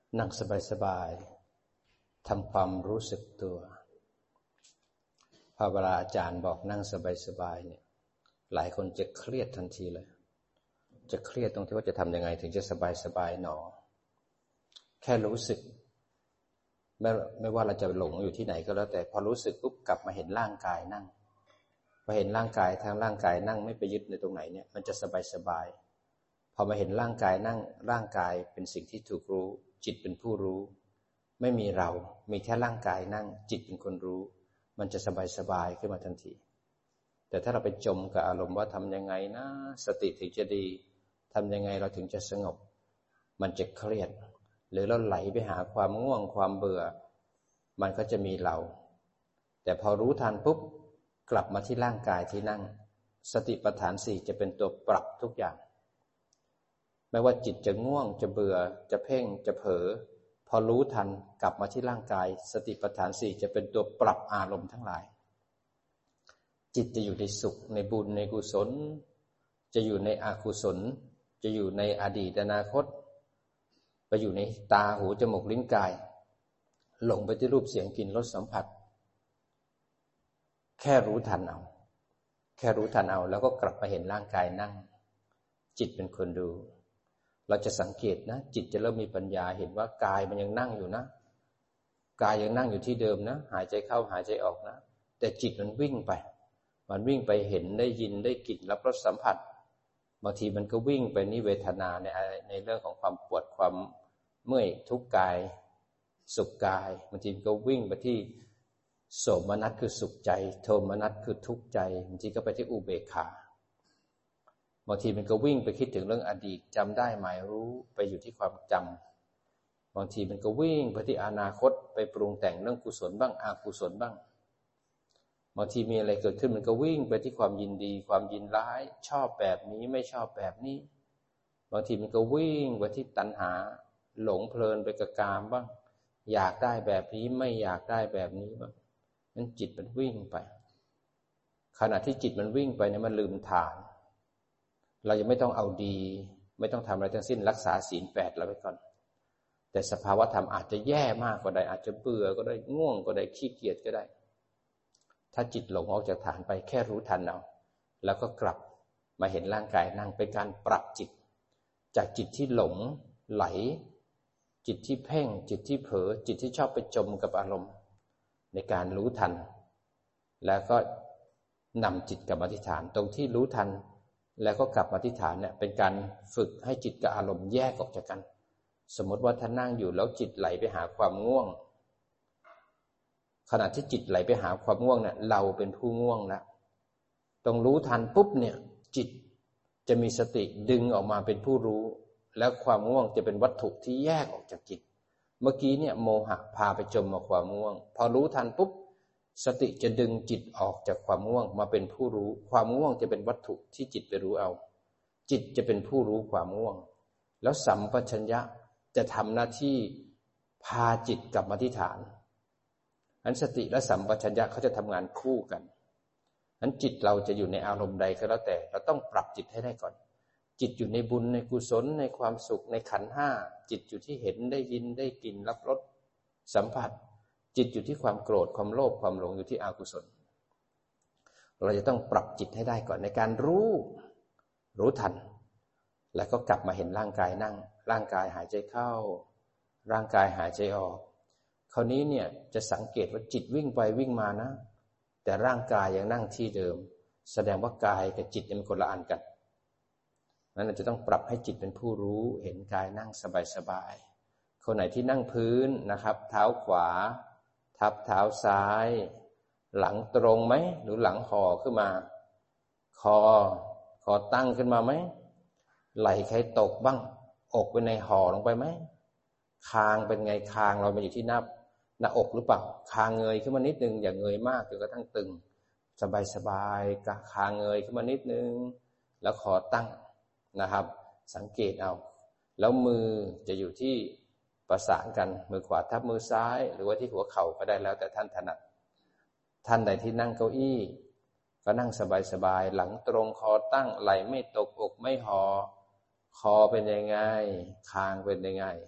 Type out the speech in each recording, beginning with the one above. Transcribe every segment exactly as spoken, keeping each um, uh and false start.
นั่งสบายๆทำความรู้สึกตัวพอเวลาอาจารย์บอกนั่งสบายๆเนี่ยหลายคนจะเครียดทันทีเลยจะเครียดตรงที่ว่าจะทำยังไงถึงจะสบายๆหนอแค่รู้สึกไม่ไม่ว่าเราจะหลงอยู่ที่ไหนก็แล้วแต่พอรู้สึกปุ๊บกลับมาเห็นร่างกายนั่งพอเห็นร่างกายทางร่างกายนั่งไม่ไปยึดในตรงไหนเนี่ยมันจะสบายๆพอมาเห็นร่างกายนั่งร่างกายเป็นสิ่งที่ถูกรู้จิตเป็นผู้รู้ไม่มีเรามีแค่ร่างกายนั่งจิตเป็นคนรู้มันจะสบายๆขึ้นมาทันทีแต่ถ้าเราไปจมกับอารมณ์ว่าทำยังไงนะสติถึงจะดีทำยังไงเราถึงจะสงบมันจะเครียดหรือเราไหลไปหาความง่วงความเบื่อมันก็จะมีเราแต่พอรู้ทันปุ๊บกลับมาที่ร่างกายที่นั่งสติปัฏฐานสี่จะเป็นตัวปรับทุกอย่างไม่ว่าจิตจะง่วงจะเบื่อจะเพ่งจะเผลอพอรู้ทันกลับมาที่ร่างกายสติปัฏฐานสี่จะเป็นตัวปรับอารมณ์ทั้งหลายจิตจะอยู่ในสุขในบุญในกุศลจะอยู่ในอกุศลจะอยู่ในอดีตอนาคตไปอยู่ในตาหูจมูกลิ้นกายหลงไปที่รูปเสียงกลิ่นรสสัมผัสแค่รู้ทันเอาแค่รู้ทันเอาแล้วก็กลับมาเห็นร่างกายนั่งจิตเป็นคนดูเราจะสังเกตนะจิตจะเริ่มมีปัญญาเห็นว่ากายมันยังนั่งอยู่นะกายยังนั่งอยู่ที่เดิมนะหายใจเข้าหายใจออกนะแต่จิตมันวิ่งไปมันวิ่งไปเห็นได้ยินได้กลิ่นรับรสสัมผัสบางทีมันก็วิ่งไปนิเวทนาในในเรื่องของความปวดความเมื่อยทุกข์กายสุขกายบางทีมันก็วิ่งไปที่โสมนัสคือสุขใจโทมนัสคือทุกข์ใจบางทีก็ไปที่อุเบกขาบางทีมันก็วิ่งไปคิดถึงเรื่องอดีตจำได้หมายรู้ไปอยู่ที่ความจำบางทีมันก็วิ่งไปที่อนาคตไปปรุงแต่งเรื่องกุศลบ้างอกุศลบ้างบางทีมีอะไรเกิดขึ้นมันก็วิ่งไปที่ความยินดีความยินร้ายชอบแบบนี้ไม่ชอบแบบนี้บางทีมันก็วิ่งไปที่ตัณหาหลงเพลินไปกับกามบ้างอยากได้แบบนี้ไม่อยากได้แบบนี้บ้างนั้นจิตมันวิ่งไปขณะที่จิตมันวิ่งไปเนี่ยมันลืมฐานเรายังไม่ต้องเอาดีไม่ต้องทำอะไรทั้งสิ้นรักษาศีลแปดเราไว้ก่อนแต่สภาวะธรรมอาจจะแย่มากก็ได้อาจจะเบื่อก็ได้ง่วงก็ได้ขี้เกียจก็ได้ถ้าจิตหลงออกจากฐานไปแค่รู้ทันเอาแล้วก็กลับมาเห็นร่างกายนั่งเป็นการปรับจิตจากจิตที่หลงไหลจิตที่เพ่งจิตที่เผลอจิตที่ชอบไปจมกับอารมณ์ในการรู้ทันแล้วก็นำจิตกลับมาที่ฐานตรงที่รู้ทันแล้วก็กลับมาที่ฐานเนี่ยเป็นการฝึกให้จิตกับอารมณ์แยกออกจากกันสมมติว่าถ้านั่งอยู่แล้วจิตไหลไปหาความง่วงขณะที่จิตไหลไปหาความง่วงเนี่ยเราเป็นผู้ง่วงแล้วต้องรู้ทันปุ๊บเนี่ยจิตจะมีสติดึงออกมาเป็นผู้รู้แล้วความง่วงจะเป็นวัตถุที่แยกออกจากจิตเมื่อกี้เนี่ยโมหะพาไปจมมาความง่วงพอรู้ทันปุ๊บสติจะดึงจิตออกจากความง่วงมาเป็นผู้รู้ความง่วงจะเป็นวัตถุที่จิตไปรู้เอาจิตจะเป็นผู้รู้ความง่วงแล้วสัมปชัญญะจะทำหน้าที่พาจิตกลับมาที่ฐานอันสติและสัมปชัญญะเขาจะทำงานคู่กันอันจิตเราจะอยู่ในอารมณ์ใดก็แล้วแต่เราต้องปรับจิตให้ได้ก่อนจิตอยู่ในบุญในกุศลในความสุขในขันธ์ห้าจิตอยู่ที่เห็นได้ยินได้กลิ่นรับรสสัมผัสจิตอยู่ที่ความโกรธความโลภความหลงอยู่ที่อกุศลเราจะต้องปรับจิตให้ได้ก่อนในการรู้รู้ทันแล้วก็กลับมาเห็นร่างกายนั่งร่างกายหายใจเข้าร่างกายหายใจออกคราวนี้เนี่ยจะสังเกตว่าจิตวิ่งไปวิ่งมานะแต่ร่างกายยังนั่งที่เดิมแสดงว่ากายกับจิตเป็นคนละอันกันนั้นเราจะต้องปรับให้จิตเป็นผู้รู้เห็นกายนั่งสบายๆคนไหนที่นั่งพื้นนะครับเท้าขวาทับเท้าซ้ายหลังตรงไหมหรือหลังห่อขึ้นมาคอคอตั้งขึ้นมาไหมไหล่ใครตกบ้างอกไปในห่อลงไปไหมคางเป็นไงคางเรามาอยู่ที่หน้าหน้าอกหรือเปล่าคางเงยขึ้นมานิดนึงอย่าเงยมากจนกระทั่งตึงสบายๆคางเงยขึ้นมานิดนึงแล้วคอตั้งนะครับสังเกตเอาแล้วมือจะอยู่ที่ประสานกันมือขวาทับมือซ้ายหรือว่าที่หัวเข่าก็ได้แล้วแต่ท่านถนัดท่านใดที่นั่งเก้าอี้ก็นั่งสบายๆหลังตรงคอตั้งไหล่ไม่ตกอกไม่ห่อคอเป็นยังไงคางเป็นยังไง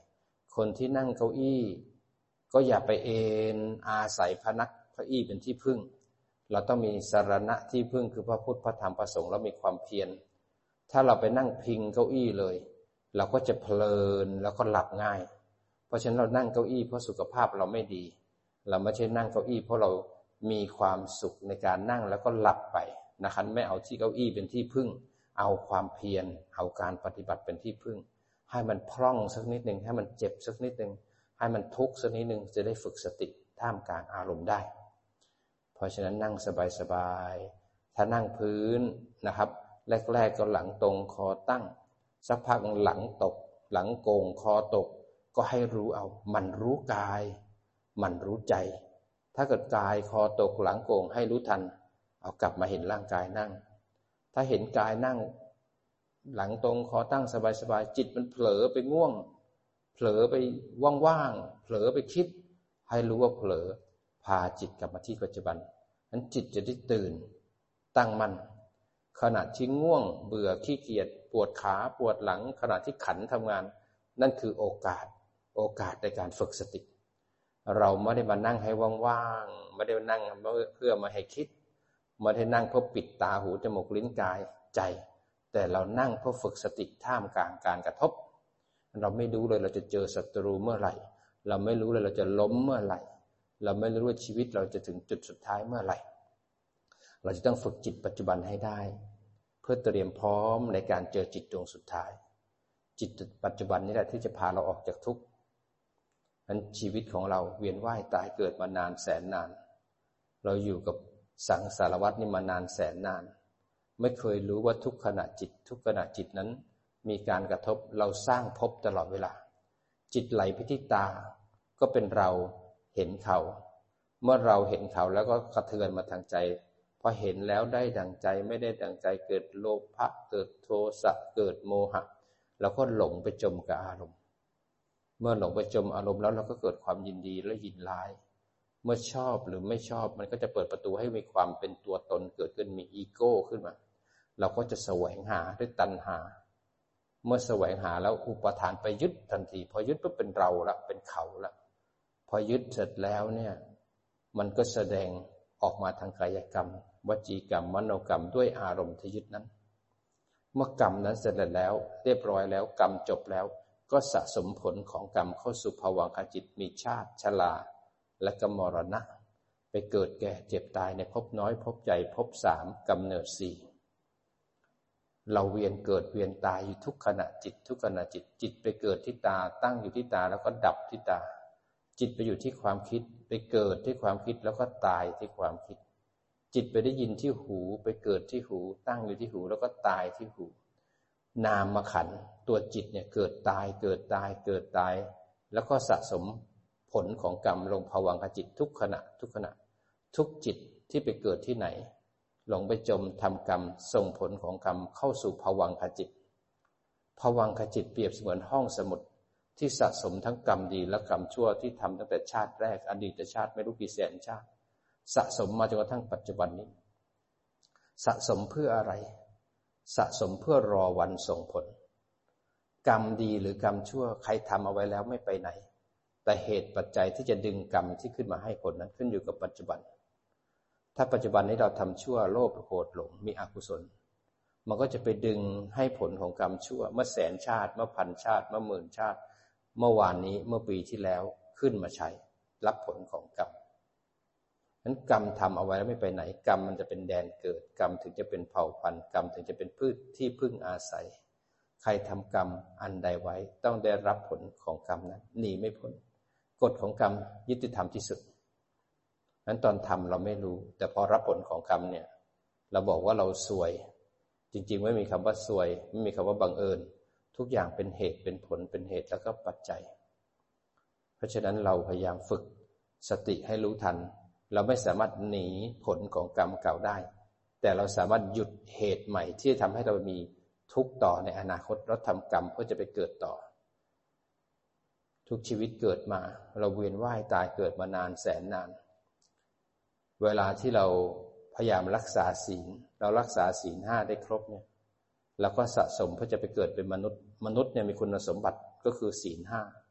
คนที่นั่งเก้าอี้ก็อย่าไปเอนอาศัยพนักเก้าอี้เป็นที่พึ่งเราต้องมีสรณะที่พึ่งคือพระพุทธพระธรรมพระสงฆ์แล้วมีความเพียรถ้าเราไปนั่งพิงเก้าอี้เลยเราก็จะเพลินแล้วก็หลับง่ายเพราะฉะนั้นเรานั่งเก้าอี้เพราะสุขภาพเราไม่ดีเราไม่ใช่นั่งเก้าอี้เพราะเรามีความสุขในการนั่งแล้วก็หลับไปนะครับไม่เอาที่เก้าอี้เป็นที่พึ่งเอาความเพียรเอาการปฏิบัติเป็นที่พึ่งให้มันพร่องสักนิดนึงให้มันเจ็บสักนิดนึงให้มันทุกข์สักนิดนึงจะได้ฝึกสติท่ามกลางอารมณ์ได้เพราะฉะนั้นนั่งสบายๆถ้านั่งพื้นนะครับแรกๆก็หลังตรงคอตั้งสักพักหลังตกหลังโก่งคอตกก็ให้รู้เอามันรู้กายมันรู้ใจถ้าเกิดกายคอตกหลังโก่งให้รู้ทันเอากลับมาเห็นร่างกายนั่งถ้าเห็นกายนั่งหลังตรงคอตั้งสบายๆจิตมันเผลอไปง่วงเผลอไปว่างๆเผลอไปคิดให้รู้ว่าเผลอพาจิตกลับมาที่ปัจจุบันนั้นจิตจะได้ตื่นตั้งมั่นขณะที่ง่วงเบื่อขี้เกียจปวดขาปวดหลังขณะที่ขันทำงานนั่นคือโอกาสโอกาสในการฝึกสติเราไม่ได้มานั่งให้ว่างๆไม่ได้มานั่งเพื่อมาให้คิดไม่ได้นั่งเพื่อปิดตาหูจมูกลิ้นกายใจแต่เรานั่งเพื่อฝึกสติท่ามกลางการกระทบเราไม่รู้เลยเราจะเจอศัตรูเมื่อไหร่เราไม่รู้เลยเราจะล้มเมื่อไหร่เราไม่รู้ว่าชีวิตเราจะถึงจุดสุดท้ายเมื่อไหร่เราจะต้องฝึกจิตปัจจุบันให้ได้เพื่อเตรียมพร้อมในการเจอจิตดวงสุดท้ายจิตปัจจุบันนี้แหละที่จะพาเราออกจากทุกข์นั้นชีวิตของเราเวียนว่ายตายเกิดมานานแสนนานเราอยู่กับสังสารวัฏนี่มานานแสนนานไม่เคยรู้ว่าทุกขณะจิตทุกขณะจิตนั้นมีการกระทบเราสร้างภพตลอดเวลาจิตไหลไปที่ตาก็เป็นเราเห็นเขาเมื่อเราเห็นเขาแล้วก็กระเทือนมาทางใจพอเห็นแล้วได้ดังใจไม่ได้ดังใจเกิดโลภะเกิดโทสะเกิดโมหะแล้วก็หลงไปจมกับอารมณ์เมื่อหลงไปจมอารมณ์แล้วเราก็เกิดความยินดีและยินร้ายเมื่อชอบหรือไม่ชอบมันก็จะเปิดประตูให้มีความเป็นตัวตนเกิดขึ้นมีอีโก้ขึ้นมาเราก็จะแสวงหาด้วยตัณหาเมื่อแสวงหาแล้วอุปทานไปยึดทันทีพอยึดปุ๊บเป็นเราละเป็นเขาละพอยึดเสร็จแล้วเนี่ยมันก็แสดงออกมาทางกายกรรมวจีกรรมมโนกรรมด้วยอารมณ์ที่ยึดนั้นเมื่อกรรมนั้นเสร็จแล้วเรียบร้อยแล้วกรรมจบแล้วก็สะสมผลของกรรมเข้าสู่ภวังคจิตมีชาติชราและก็มรณะไปเกิดแก่เจ็บตายในภพน้อยภพใหญ่ภพสามกำเนิดสี่เราเวียนเกิดเวียนตายอยู่ทุกขณะจิตทุกขณะจิตจิตไปเกิดที่ตาตั้งอยู่ที่ตาแล้วก็ดับที่ตาจิตไปอยู่ที่ความคิดไปเกิดที่ความคิดแล้วก็ตายที่ความคิดจิตไปได้ยินที่หูไปเกิดที่หูตั้งอยู่ที่หูแล้วก็ตายที่หูนามขันธ์ตัวจิตเนี่ยเกิดตายเกิดตายเกิดตายแล้วก็สะสมผลของกรรมลงภวังคจิตทุกขณะทุกขณะทุกจิตที่ไปเกิดที่ไหนหลงไปจมทำกรรมส่งผลของกรรมเข้าสู่ภวังคจิตภวังคจิตเปรียบเสมือนห้องสมุดที่สะสมทั้งกรรมดีและกรรมชั่วที่ทำตั้งแต่ชาติแรกอดีตชาติไม่รู้กี่แสนชาติสะสมมาจนกระทั่งปัจจุบันนี้สะสมเพื่ออะไรสะสมเพื่อรอวันส่งผลกรรมดีหรือกรรมชั่วใครทำเอาไว้แล้วไม่ไปไหนแต่เหตุปัจจัยที่จะดึงกรรมที่ขึ้นมาให้ผลนั้นขึ้นอยู่กับปัจจุบันถ้าปัจจุบันนี้เราทำชั่วโลภโกรธหลงมีอกุศลมันก็จะไปดึงให้ผลของกรรมชั่วเมื่อแสนชาติเมื่อพันชาติเมื่อหมื่นชาติเมื่อวานนี้เมื่อปีที่แล้วขึ้นมาใช้รับผลของกรรมนั้นกรรมทำเอาไว้แล้วไม่ไปไหนกรรมมันจะเป็นแดนเกิดกรรมถึงจะเป็นเผ่าพันธุ์กรรมถึงจะเป็นพืชที่พึ่งอาศัยใครทำกรรมอันใดไว้ต้องได้รับผลของกรรมนั้นหนีไม่พ้นกฎของกรรมยุติธรรมที่สุดนั้นตอนทำเราไม่รู้แต่พอรับผลของกรรมเนี่ยเราบอกว่าเราซวยจริงๆไม่มีคำว่าซวยไม่มีคำว่าบังเอิญทุกอย่างเป็นเหตุเป็นผลเป็นเหตุแล้วก็ปัจจัยเพราะฉะนั้นเราพยายามฝึกสติให้รู้ทันเราไม่สามารถหนีผลของกรรมเก่าได้แต่เราสามารถหยุดเหตุใหม่ที่ทำให้เรามีทุกข์ต่อในอนาคตเราทำกรรมเพื่อจะไปเกิดต่อทุกชีวิตเกิดมาเราเวียนว่ายตายเกิดมานานแสนนานเวลาที่เราพยายามรักษาศีลเรารักษาศีลห้าได้ครบเนี่ยเราก็สะสมเพื่อจะไปเกิดเป็นมนุษย์มนุษย์เนี่ยมีคุณสมบัติก็คือศีลห้า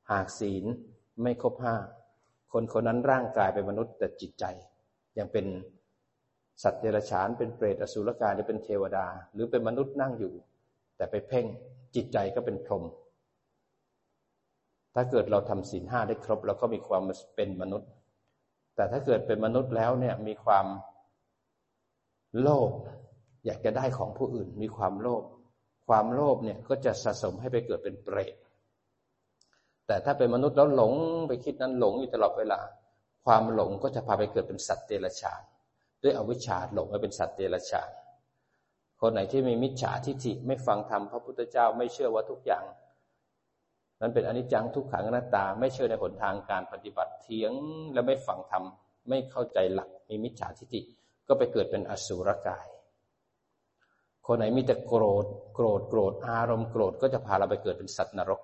หากศีลไม่ครบห้าคนคนนั้นร่างกายเป็นมนุษย์แต่จิตใจยังเป็นสัตว์เดรัจฉานเป็นเปรตอสุรกายหรือเป็นเทวดาหรือเป็นมนุษย์นั่งอยู่แต่ไปเพ่งจิตใจก็เป็นพรหมถ้าเกิดเราทำศีลห้าได้ครบเราก็มีความเป็นมนุษย์แต่ถ้าเกิดเป็นมนุษย์แล้วเนี่ยมีความโลภอยากจะได้ของผู้อื่นมีความโลภความโลภเนี่ยก็จะสะสมให้ไปเกิดเป็นเปรตแต่ถ้าเป็นมนุษย์แล้วหลงไปคิดนั้นหลงอยู่ตลอดเวลาความหลงก็จะพาไปเกิดเป็นสัตว์เดรัจฉานด้วยอวิชชาหลงไปเป็นสัตว์เดรัจฉานคนไหนที่มีมิจฉาทิฏฐิไม่ฟังธรรมพระพุทธเจ้าไม่เชื่อว่าทุกอย่างนั้นเป็นอนิจจังทุกขังอนัตตาไม่เชื่อในหนทางการปฏิบัติเถียงและไม่ฟังธรรมไม่เข้าใจหลักมีมิจฉาทิฏฐิก็ไปเกิดเป็นอสุรกายคนไหนมีแต่โกรธโกรธโกรธอารมณ์โกรธก็จะพาเราไปเกิดเป็นสัตว์นรก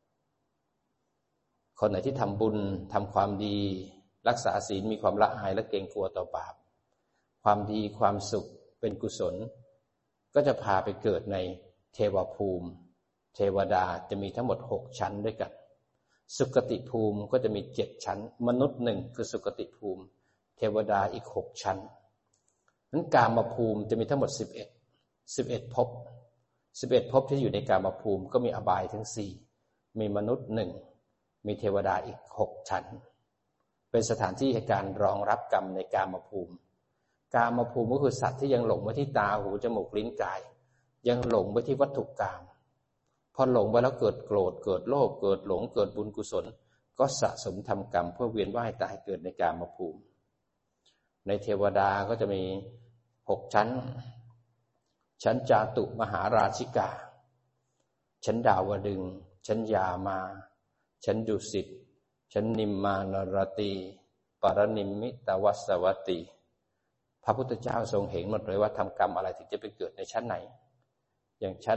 คนไหนที่ทำบุญทำความดีรักษาศีลมีความละอายและเกรงกลัวต่อบาปความดีความสุขเป็นกุศลก็จะพาไปเกิดในเทวภูมิเทวดาจะมีทั้งหมดหกชั้นด้วยกันสุคติภูมิก็จะมีเจ็ดชั้นมนุษย์หนึ่งคือสุคติภูมิเทวดาอีกหกชั้นนั้นกามภูมิจะมีทั้งหมดสิบเอ็ด สิบเอ็ดภพสิบเอ็ดภพที่อยู่ในกามภูมิก็มีอบายทั้งสี่มีมนุษย์หนึ่งมีเทวดาอีกหกชั้นเป็นสถานที่ให้การรองรับกรรมในกามภูมิกามภูมิก็คือสัตว์ที่ยังหลงไว้ที่ตาหูจมูกลิ้นกายยังหลงไว้ที่วัตถุกามพอหลงไปแล้วเกิดโกรธเกิดโลภเกิดหลงเกิดบุญกุศลก็สะสมทำกรรมเพื่อเวียนว่ายตายเกิดในกามภูมิในเทวดาก็จะมีหกชั้นชั้นจาตุมหาราชิกาชั้นดาวดึงส์ชั้นยามาชั้นดุสิตชั้นนิมมานรตีปรนิมมิตวัสวัตติพระพุทธเจ้าทรงเห็นหมดเลยว่าทำกรรมอะไรถึงจะไปเกิดในชั้นไหนอย่างชั้น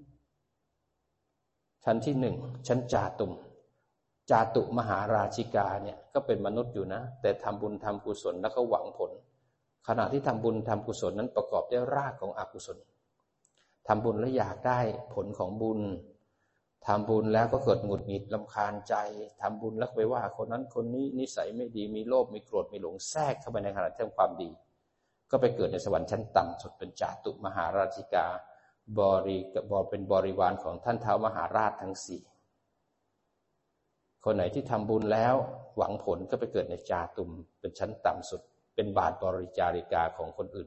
ชั้นที่หนึ่งชั้นจาตุมจาตุมหาราชิกาเนี่ยก็เป็นมนุษย์อยู่นะแต่ทำบุญทำกุศลแล้วก็หวังผลขณะที่ทำบุญทำกุศลนั้นประกอบด้วยรากของอกุศลทำบุญแล้วอยากได้ผลของบุญทำบุญแล้วก็เกิดหงุดหงิดรำคาญใจทำบุญแล้วไปว่าคนนั้นคนนี้นิสัยไม่ดีมีโลภมีโกรธมีหลงแทรกเข้าไปในขณะที่ทำความดีก็ไปเกิดในสวรรค์ชั้นต่ำสุดเป็นจาตุมหาราชิกาบริบเป็นบริวารของท่านท้าวมหาราชทั้งสี่คนไหนที่ทำบุญแล้วหวังผลก็ไปเกิดในจาตุมเป็นชั้นต่ำสุดเป็นบาทบริจาริกาของคนอื่น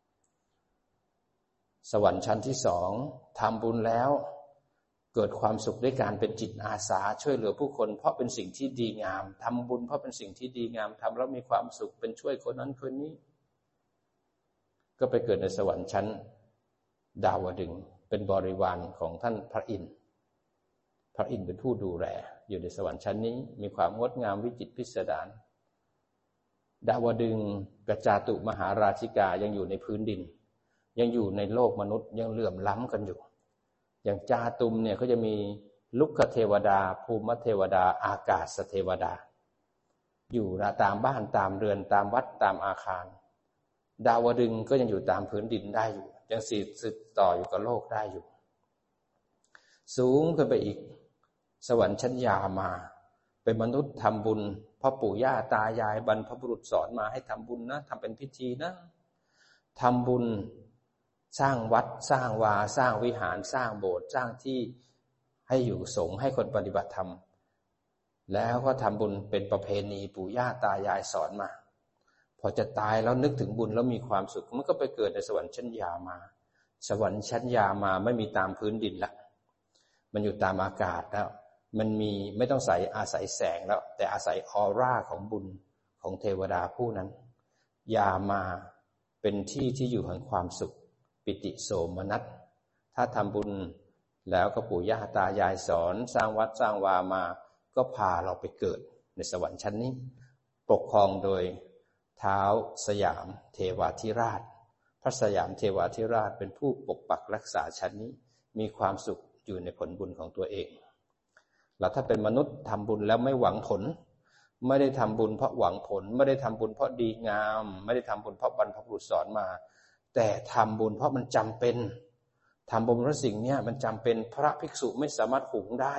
สวรรค์ชั้นที่สองทำบุญแล้วเกิดความสุขด้วยการเป็นจิตอาสาช่วยเหลือผู้คนเพราะเป็นสิ่งที่ดีงามทำบุญเพราะเป็นสิ่งที่ดีงามทำแล้วมีความสุขเป็นช่วยคนนั้นคนนี้ก็ไปเกิดในสวรรค์ชั้นดาวดึงส์เป็นบริวารของท่านพระอินทร์พระอินทร์เป็นผู้ดูแลอยู่ในสวรรค์ชั้นนี้มีความงดงามวิจิตรพิสดารดาวดึงส์กับจาตุมหาราชิกายังอยู่ในพื้นดินยังอยู่ในโลกมนุษย์ยังเหลื่อมล้ำกันอยู่อย่างจาตุมเนี่ยก็จะมีลุกขเทวดาภูมิเทวดาอากาศเทวดาอยู่ตามบ้านตามเรือนตามวัดตามอาคารดาวดึงส์ก็ยังอยู่ตามพื้นดินได้อยู่ยังสืบต่ออยู่กับโลกได้อยู่สูงขึ้นไปอีกสวรรค์ชั้นยามาเป็นมนุษย์ทำบุญพ่อปู่ย่าตายายบรรพบุรุษสอนมาให้ทำบุญนะทำเป็นพิธีนะทำบุญสร้างวัดสร้างวาสร้างวิหารสร้างโบสถ์สร้างที่ให้อยู่สงฆ์ให้คนปฏิบัติธรรมแล้วก็ทำบุญเป็นประเพณีปู่ย่าตายายสอนมาพอจะตายแล้วนึกถึงบุญแล้วมีความสุขมันก็ไปเกิดในสวรรค์ชั้นยามาสวรรค์ชั้นยามาไม่มีตามพื้นดินละมันอยู่ตามอากาศแล้วมันมีไม่ต้องใส่อาศัยแสงแล้วแต่อาศัยออร่าของบุญของเทวดาผู้นั้นยามาเป็นที่ที่อยู่แห่งความสุขปิติโสมนัสถ้าทำบุญแล้วก็ปู่ย่าตายายสอนสร้างวัดสร้างวามาก็พาเราไปเกิดในสวรรค์ชั้นนี้ปกครองโดยท้าวสยามเทวาธิราชพระสยามเทวาธิราชเป็นผู้ปกปักรักษาชั้นนี้มีความสุขอยู่ในผลบุญของตัวเองแล้วถ้าเป็นมนุษย์ทำบุญแล้วไม่หวังผลไม่ได้ทำบุญเพราะหวังผลไม่ได้ทำบุญเพราะดีงามไม่ได้ทำบุญเพราะบรรพบุรุษสอนมาแต่ทำบุญเพราะมันจำเป็นทำบุญเพราะสิ่งนี้มันจำเป็นพระภิกษุไม่สามารถหุงได้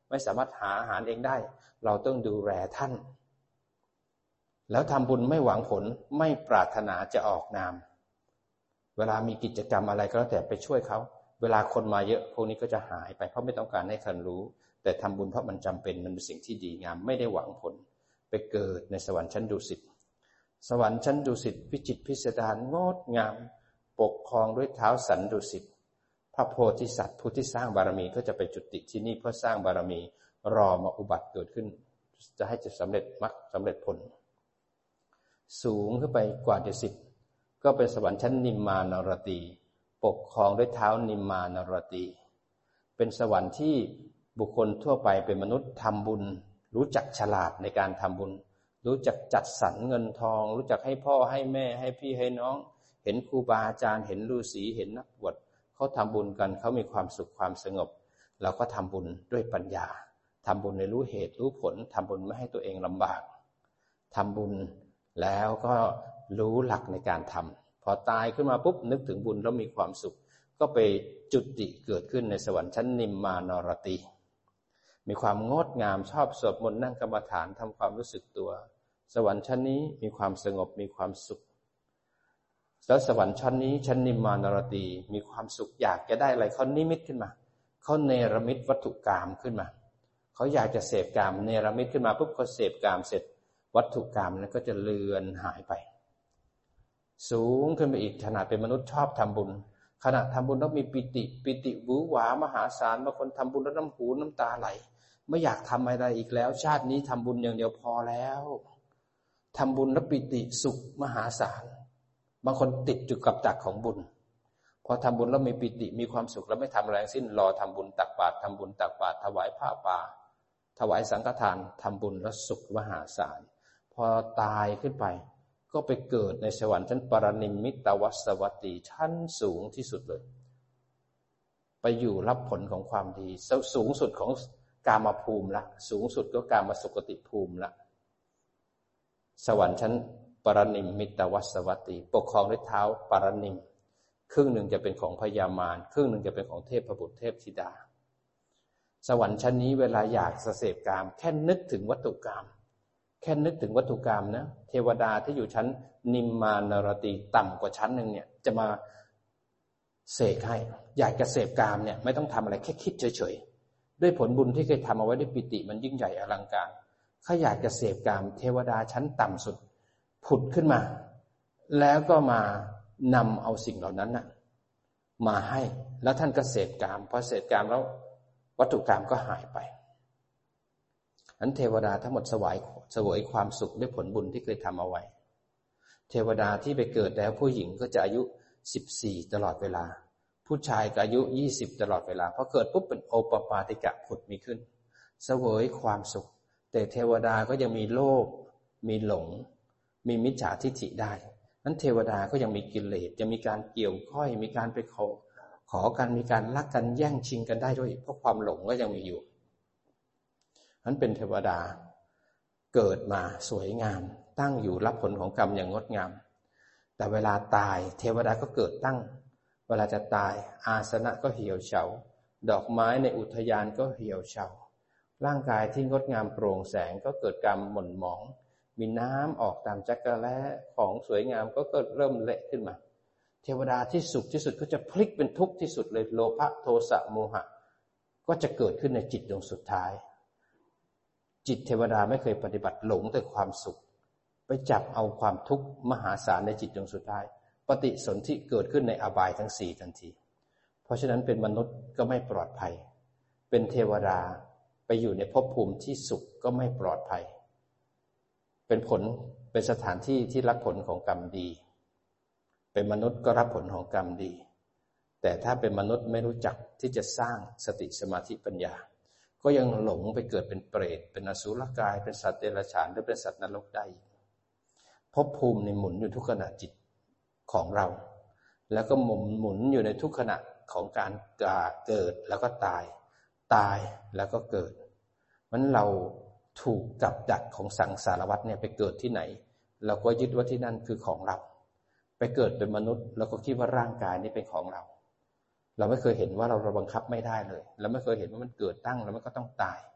ไม่สามารถหาอาหารเองได้เราต้องดูแลท่านแล้วทำบุญไม่หวังผลไม่ปรารถนาจะออกนามเวลามีกิจกรรมอะไรก็แล้วแต่ไปช่วยเขาเวลาคนมาเยอะพวกนี้ก็จะหายไปเพราะไม่ต้องการให้ท่านรู้แต่ทำบุญเพราะมันจำเป็นมันเป็นสิ่งที่ดีงามไม่ได้หวังผลไปเกิดในสวรรค์ชั้นดุสิตสวรรค์ชั้นดุสิตวิจิตรพิสดารงดงามปกครองด้วยเท้าสันดุสิตพระโพธิสัตว์ผู้ที่สร้างบารมีก็จะไปจุติที่นี่เพื่อสร้างบารมีรอมาอุบัติเกิดขึ้นจะให้จะสำเร็จมรรคสำเร็จผลสูงขึ้นไปกว่าดุสิตก็เป็นสวรรค์ชั้นนิมมานรตีปกครองด้วยเท้านิมมานรตีเป็นสวรรค์ที่บุคคลทั่วไปเป็นมนุษย์ทำบุญรู้จักฉลาดในการทำบุญรู้จักจัดสรรเงินทองรู้จักให้พ่อให้แม่ให้พี่ให้น้องเห็นครูบาอาจารย์เห็นฤาษีเห็นนักบวชเขาทำบุญกันเขามีความสุขความสงบเราก็ทำบุญด้วยปัญญาทำบุญในรู้เหตุรู้ผลทำบุญไม่ให้ตัวเองลำบากทำบุญแล้วก็รู้หลักในการทำพอตายขึ้นมาปุ๊บนึกถึงบุญแล้วมีความสุขก็ไปจุติเกิดขึ้นในสวรรค์ชั้นนิมมานรตีมีความงดงามชอบสวดมนต์นั่งกรรมฐานทำความรู้สึกตัวสวรรค์ชั้นนี้มีความสงบมีความสุขแล้วสวรรค์ชั้นนี้ชั้นนิมมานรตีมีความสุขอยากจะได้อะไรเขานิมิตขึ้นมาเขาเนรมิตวัตถุกามขึ้นมาเขาอยากจะเสพกามเนรมิตขึ้นมาปุ๊บเขาเสพกามเสร็จวัตถุกามนั้นก็จะเลือนหายไปสูงขึ้นไปอีกขนาดเป็นมนุษย์ชอบทำบุญขณะทำบุญแล้วมีปิติปิติหวือหวามหาศาลบางคนทำบุญแล้วน้ำหูน้ำตาไหลไม่อยากทำอะไรอีกแล้วชาตินี้ทำบุญอย่างเดียวพอแล้วทำบุญแล้วปิติสุขมหาศาลบางคนติดอยู่กับดักของบุญพอทำบุญแล้วมีปิติมีความสุขแล้วไม่ทำอะไรสิ้นรอทำบุญตักบาตรทำบุญตักบาตรถวายผ้าป่าถวายสังฆทานทำบุญแล้วสุขมหาศาลพอตายขึ้นไปก็ไปเกิดในสวรรค์ชั้นปรนิมมิตวัสวัตติชั้นสูงที่สุดเลยไปอยู่รับผลของความดีสูงสุดของกามภูมิละสูงสุดก็กามสุคติภูมิละสวรรค์ชั้นปรนิมมิตวัสวัตติปกครองด้วยเท้าปรนิมครึ่งหนึ่งจะเป็นของพญามารครึ่งหนึ่งจะเป็นของเทพบุตรเทพธิดาสวรรค์ชั้นนี้เวลาอยากเสพกามแค่นึกถึงวัตถุกามแค่นึกถึงวัตถุกรรมนะเทวดาที่อยู่ชั้นนิมมานรตีต่ำกว่าชั้นหนึ่งเนี่ยจะมาเสกให้อยากจะเสพกามเนี่ยไม่ต้องทำอะไรแค่คิดเฉยๆด้วยผลบุญที่เคยทำเอาไว้ด้วยปิติมันยิ่งใหญ่อลังการถ้าอยากจะเสพกามเทวดาชั้นต่ำสุดผุดขึ้นมาแล้วก็มานำเอาสิ่งเหล่านั้นนะมาให้แล้วท่านก็เสพกามพอเสพกามแล้ววัตถุกรรมก็หายไปนั้นเทวดาทั้งหมดสวยสวยความสุขด้วยผลบุญที่เคยทำเอาไว้เทวดาที่ไปเกิดแล้วผู้หญิงก็จะอายุสิบสี่ตลอดเวลาผู้ชายก็อายุยี่สิบตลอดเวลาพอเกิดปุ๊บเป็นโอปปาติกะผุดมีขึ้นเสวยความสุขแต่เทวดาก็ยังมีโลภมีหลงมีมิจฉาทิฏฐิได้นั้นเทวดาก็ยังมีกิเลสยังมีการเกี่ยวข้อยมีการไปขอขอกันมีการลักกันแย่งชิงกันได้ด้วยเพราะความหลงก็ยังมีอยู่นั้นเป็นเทวดาเกิดมาสวยงามตั้งอยู่รับผลของกรรมอย่างงดงามแต่เวลาตายเทวดาก็เกิดตั้งเวลาจะตายอาสนะก็เหี่ยวเฉาดอกไม้ในอุทยานก็เหี่ยวเฉาร่างกายที่งดงามโปร่งแสงก็เกิดการหม่นหมองมีน้ำออกตามจักระแล้ของสวยงามก็เกิดเริ่มเละขึ้นมาเทวดาที่สุขที่สุดก็จะพลิกเป็นทุกข์ที่สุดเลยโลภะโทสะโมหะก็จะเกิดขึ้นในจิตดวงสุดท้ายจิตเทวดาไม่เคยปฏิบัติหลงแต่ความสุขไปจับเอาความทุกข์มหาศาลในจิตดวงสุดท้ายปฏิสนธิเกิดขึ้นในอบายทั้งสี่ทันทีเพราะฉะนั้นเป็นมนุษย์ก็ไม่ปลอดภัยเป็นเทวดาไปอยู่ในภพภูมิที่สุขก็ไม่ปลอดภัยเป็นผลเป็นสถานที่ที่รับผลของกรรมดีเป็นมนุษย์ก็รับผลของกรรมดีแต่ถ้าเป็นมนุษย์ไม่รู้จักที่จะสร้างสติสมาธิปัญญาก็ยังหลงไปเกิดเป็นเปรตเป็นอสุรกายเป็นสัตว์เดรัจฉานหรือเป็นสัตว์นรกได้ภพภูมิในหมุนอยู่ทุกขณะจิตของเราแล้วก็หมุนหมุนอยู่ในทุกขณะของการเกิดแล้วก็ตายตายแล้วก็เกิดมันเราถูกกับดักของสังสารวัฏเนี่ยไปเกิดที่ไหนเราก็ยึดว่าที่นั่นคือของเราไปเกิดเป็นมนุษย์แล้วก็คิดว่าร่างกายนี้เป็นของเราเราไม่เคยเห็นว่าเราเราบังคับไม่ได้เลยเราไม่เคยเห็นว่ามันเกิดตั้งแล้วมันก็ต้องตาย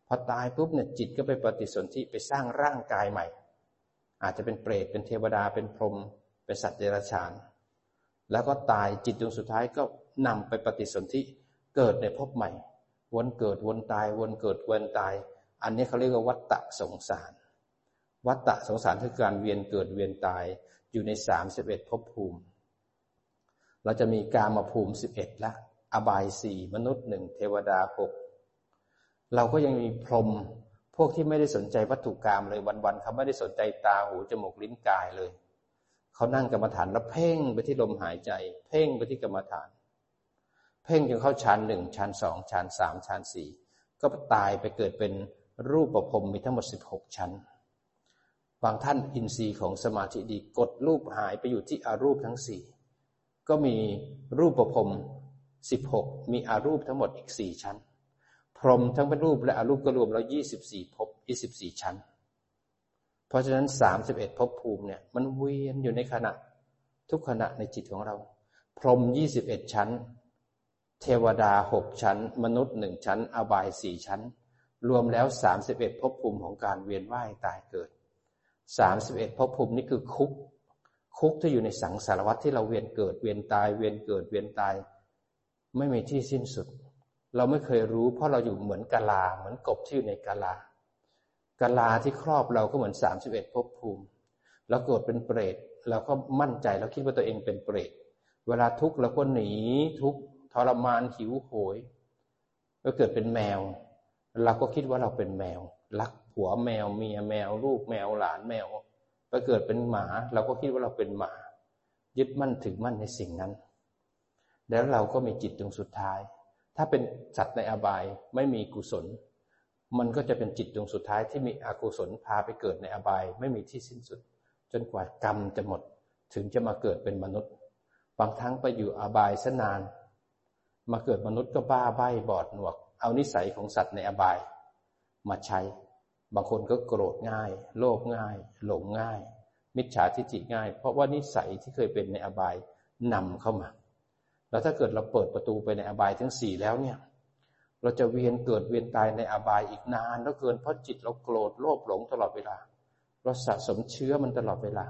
พอตายปุ๊บเนี่ยจิตก็ไปปฏิสนธิไปสร้างร่างกายใหม่อาจจะเป็นเปรตเป็นเทวดาเป็นพรหมเป็นสัตว์เดรัจฉานแล้วก็ตายจิตดวงสุดท้ายก็นำไปปฏิสนธิเกิดในภพใหม่วนเกิดวนตายวนเกิดวนตายอันนี้เขาเรียกว่าวัฏฏะสงสารวัฏฏะสงสารคือการเวียนเกิดเวียนตายอยู่ในสามสิบเอ็ดภพภูมิเราจะมีกามภูมิสิบเอ็ดละอบายสี่มนุษย์หนึ่งเทวดาหกเราก็ยังมีพรหมพวกที่ไม่ได้สนใจวัตถุกรรมเลยวันๆเขาไม่ได้สนใจตาหูจมูกลิ้นกายเลยเขานั่งกรรมฐานแล้วเพ่งไปที่ลมหายใจเพ่งไปที่กรรมฐานเพ่งจนเข้าฌานหนึ่งฌานสองฌานสามฌานสี่ก็ตายไปเกิดเป็นรูปพรหมมีทั้งหมดสิบหกชั้นบางท่านอินทรีย์ของสมาธิดีกดรูปหายไปอยู่ที่อรูปทั้งสี่ก็มีรูปพรหมสิบหกมีอรูปทั้งหมดอีกสี่ชั้นพรหมทั้งเป็นรูปและอรูปก็รวมแล้วยี่สิบสี่ภพยี่สิบสี่ชั้นเพราะฉะนั้นสามสิบเอ็ดภพภูมิเนี่ยมันเวียนอยู่ในขณะทุกขณะในจิตของเราพรหมยี่สิบเอ็ดชั้นเทวดาหกชั้นมนุษย์หนึ่งชั้นอบายสี่ชั้นรวมแล้วสามสิบเอ็ดภพภูมิของการเวียนว่ายตายเกิดสามสิบเอ็ดภพภูมินี่คือคุกคุกที่อยู่ในสังสารวัฏที่เราเวียนเกิดเวียนตายเวียนเกิดเวียนตายไม่มีที่สิ้นสุดเราไม่เคยรู้เพราะเราอยู่เหมือนกะลาเหมือนกบที่อยู่ในกะลากะลาที่ครอบเราก็เหมือนสามสิบเอ็ดภพภูมิเราเกิดเป็นเปรตเราก็มั่นใจเราคิดว่าตัวเองเป็นเปรตเวลาทุกข์เราก็หนีทุกข์ทรมานหิวโหยก็เกิดเป็นแมวเราก็คิดว่าเราเป็นแมวรักผัวแมวเมียแมวลูกแมวหลานแมวไปเกิดเป็นหมาเราก็คิดว่าเราเป็นหมายึดมั่นถือมั่นในสิ่งนั้นแล้วเราก็มีจิตดวงสุดท้ายถ้าเป็นสัตว์ในอบายไม่มีกุศลมันก็จะเป็นจิตดวงสุดท้ายที่มีอกุศลพาไปเกิดในอบายไม่มีที่สิ้นสุดจนกว่ากรรมจะหมดถึงจะมาเกิดเป็นมนุษย์บางครั้งไปอยู่อบายซะนานมาเกิดมนุษย์ก็บ้าใบ้บอดหนวกเอานิสัยของสัตว์ในอบายมาใช้บางคนก็โกรธง่ายโลภง่ายหลงง่ายมิจฉาทิฏฐิง่ายเพราะว่านิสัยที่เคยเป็นในอบายนำเข้ามาแล้วถ้าเกิดเราเปิดประตูไปในอบายทั้งสี่แล้วเนี่ยเราจะเวียนเกิดเวียนตายในอบายอีกนานแล้วเกินเพราะจิตเราโกรธโลภหลงตลอดเวลาเราสะสมเชื้อมันตลอดเวลา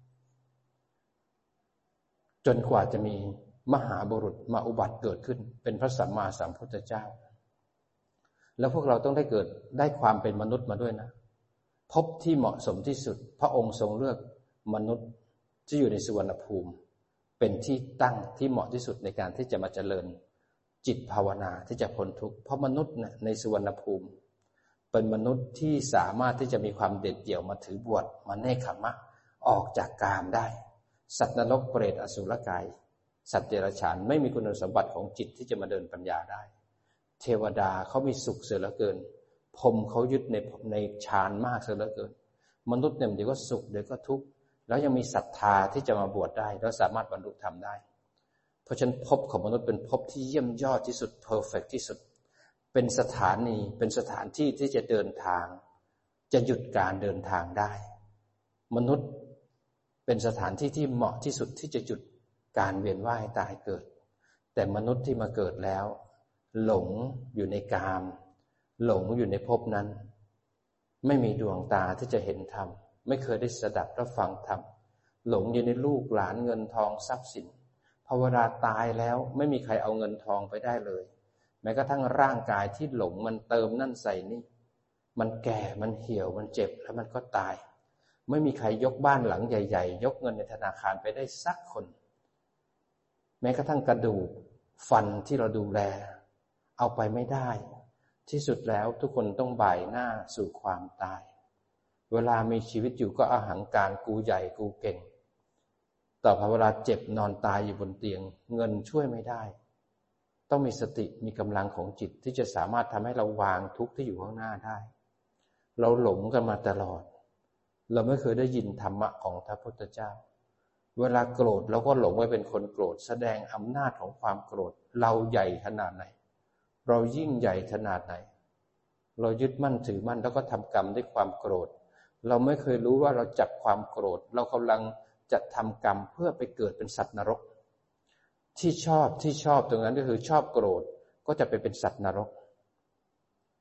จนกว่าจะมีมหาบุรุษมาอุบัติเกิดขึ้นเป็นพระสัมมาสัมพุทธเจ้าแล้วพวกเราต้องได้เกิดได้ความเป็นมนุษย์มาด้วยนะภพที่เหมาะสมที่สุดพระองค์ทรงเลือกมนุษย์ที่อยู่ในสุวรรณภูมิเป็นที่ตั้งที่เหมาะที่สุดในการที่จะมาเจริญจิตภาวนาที่จะพ้นทุกข์เพราะมนุษย์เนี่ยในสุวรรณภูมิเป็นมนุษย์ที่สามารถที่จะมีความเด็ดเดี่ยวมาถือบวชมาเนคขมะออกจากกามได้สัตว์นรกเปรตอสุรกายสัตว์เดรัจฉานไม่มีคุณสมบัติของจิตที่จะมาเดินปัญญาได้เทวดาเขามีสุขเสียเหลือเกินพรหมเขายึดในในฌานมากเสียเหลือเกินมนุษย์เนี่ยเดี๋ยวก็สุขเดี๋ยวก็ทุกข์แล้วยังมีศรัทธาที่จะมาบวชได้แล้วสามารถบรรลุธรรมได้เพราะฉะนั้นภพของมนุษย์เป็นภพที่เยี่ยมยอดที่สุดเพอร์เฟกต์ที่สุดเป็นสถานีเป็นสถานที่ที่จะเดินทางจะหยุดการเดินทางได้มนุษย์เป็นสถานที่ที่เหมาะที่สุดที่จะหยุดการเวียนว่ายตายเกิดแต่มนุษย์ที่มาเกิดแล้วหลงอยู่ในกามหลงอยู่ในภพนั้นไม่มีดวงตาที่จะเห็นธรรมไม่เคยได้สดับรับฟังธรรมหลงอยู่ในลูกหลานเงินทองทรัพย์สินพอเวลาตายแล้วไม่มีใครเอาเงินทองไปได้เลยแม้กระทั่งร่างกายที่หลงมันเติมนั่นใส่นี่มันแก่มันเหี่ยวมันเจ็บแล้วมันก็ตายไม่มีใครยกบ้านหลังใหญ่ๆยกเงินในธนาคารไปได้สักคนแม้กระทั่งกระดูกฟันที่เราดูแลเอาไปไม่ได้ที่สุดแล้วทุกคนต้องบ่ายหน้าสู่ความตายเวลามีชีวิตอยู่ก็อหังการกูใหญ่กูเก่งต่อพอเวลาเจ็บนอนตายอยู่บนเตียงเงินช่วยไม่ได้ต้องมีสติมีกำลังของจิตที่จะสามารถทำให้เราวางทุกข์ที่อยู่ข้างหน้าได้เราหลงกันมาตลอดเราไม่เคยได้ยินธรรมะของพระพุทธเจ้าเวลาโกรธเราก็หลงไว้เป็นคนโกรธแสดงอำนาจของความโกรธเราใหญ่ขนาดไหนเรายิ่งใหญ่ขนาดไหนเรายึดมั่นถือมั่นแล้วก็ทำกรรมด้วยความโกรธเราไม่เคยรู้ว่าเราจับความโกรธเรากำลังจะทำกรรมเพื่อไปเกิดเป็นสัตว์นรกที่ชอบที่ชอบตรงนั้นก็คือชอบโกรธก็จะไปเป็นสัตว์นรก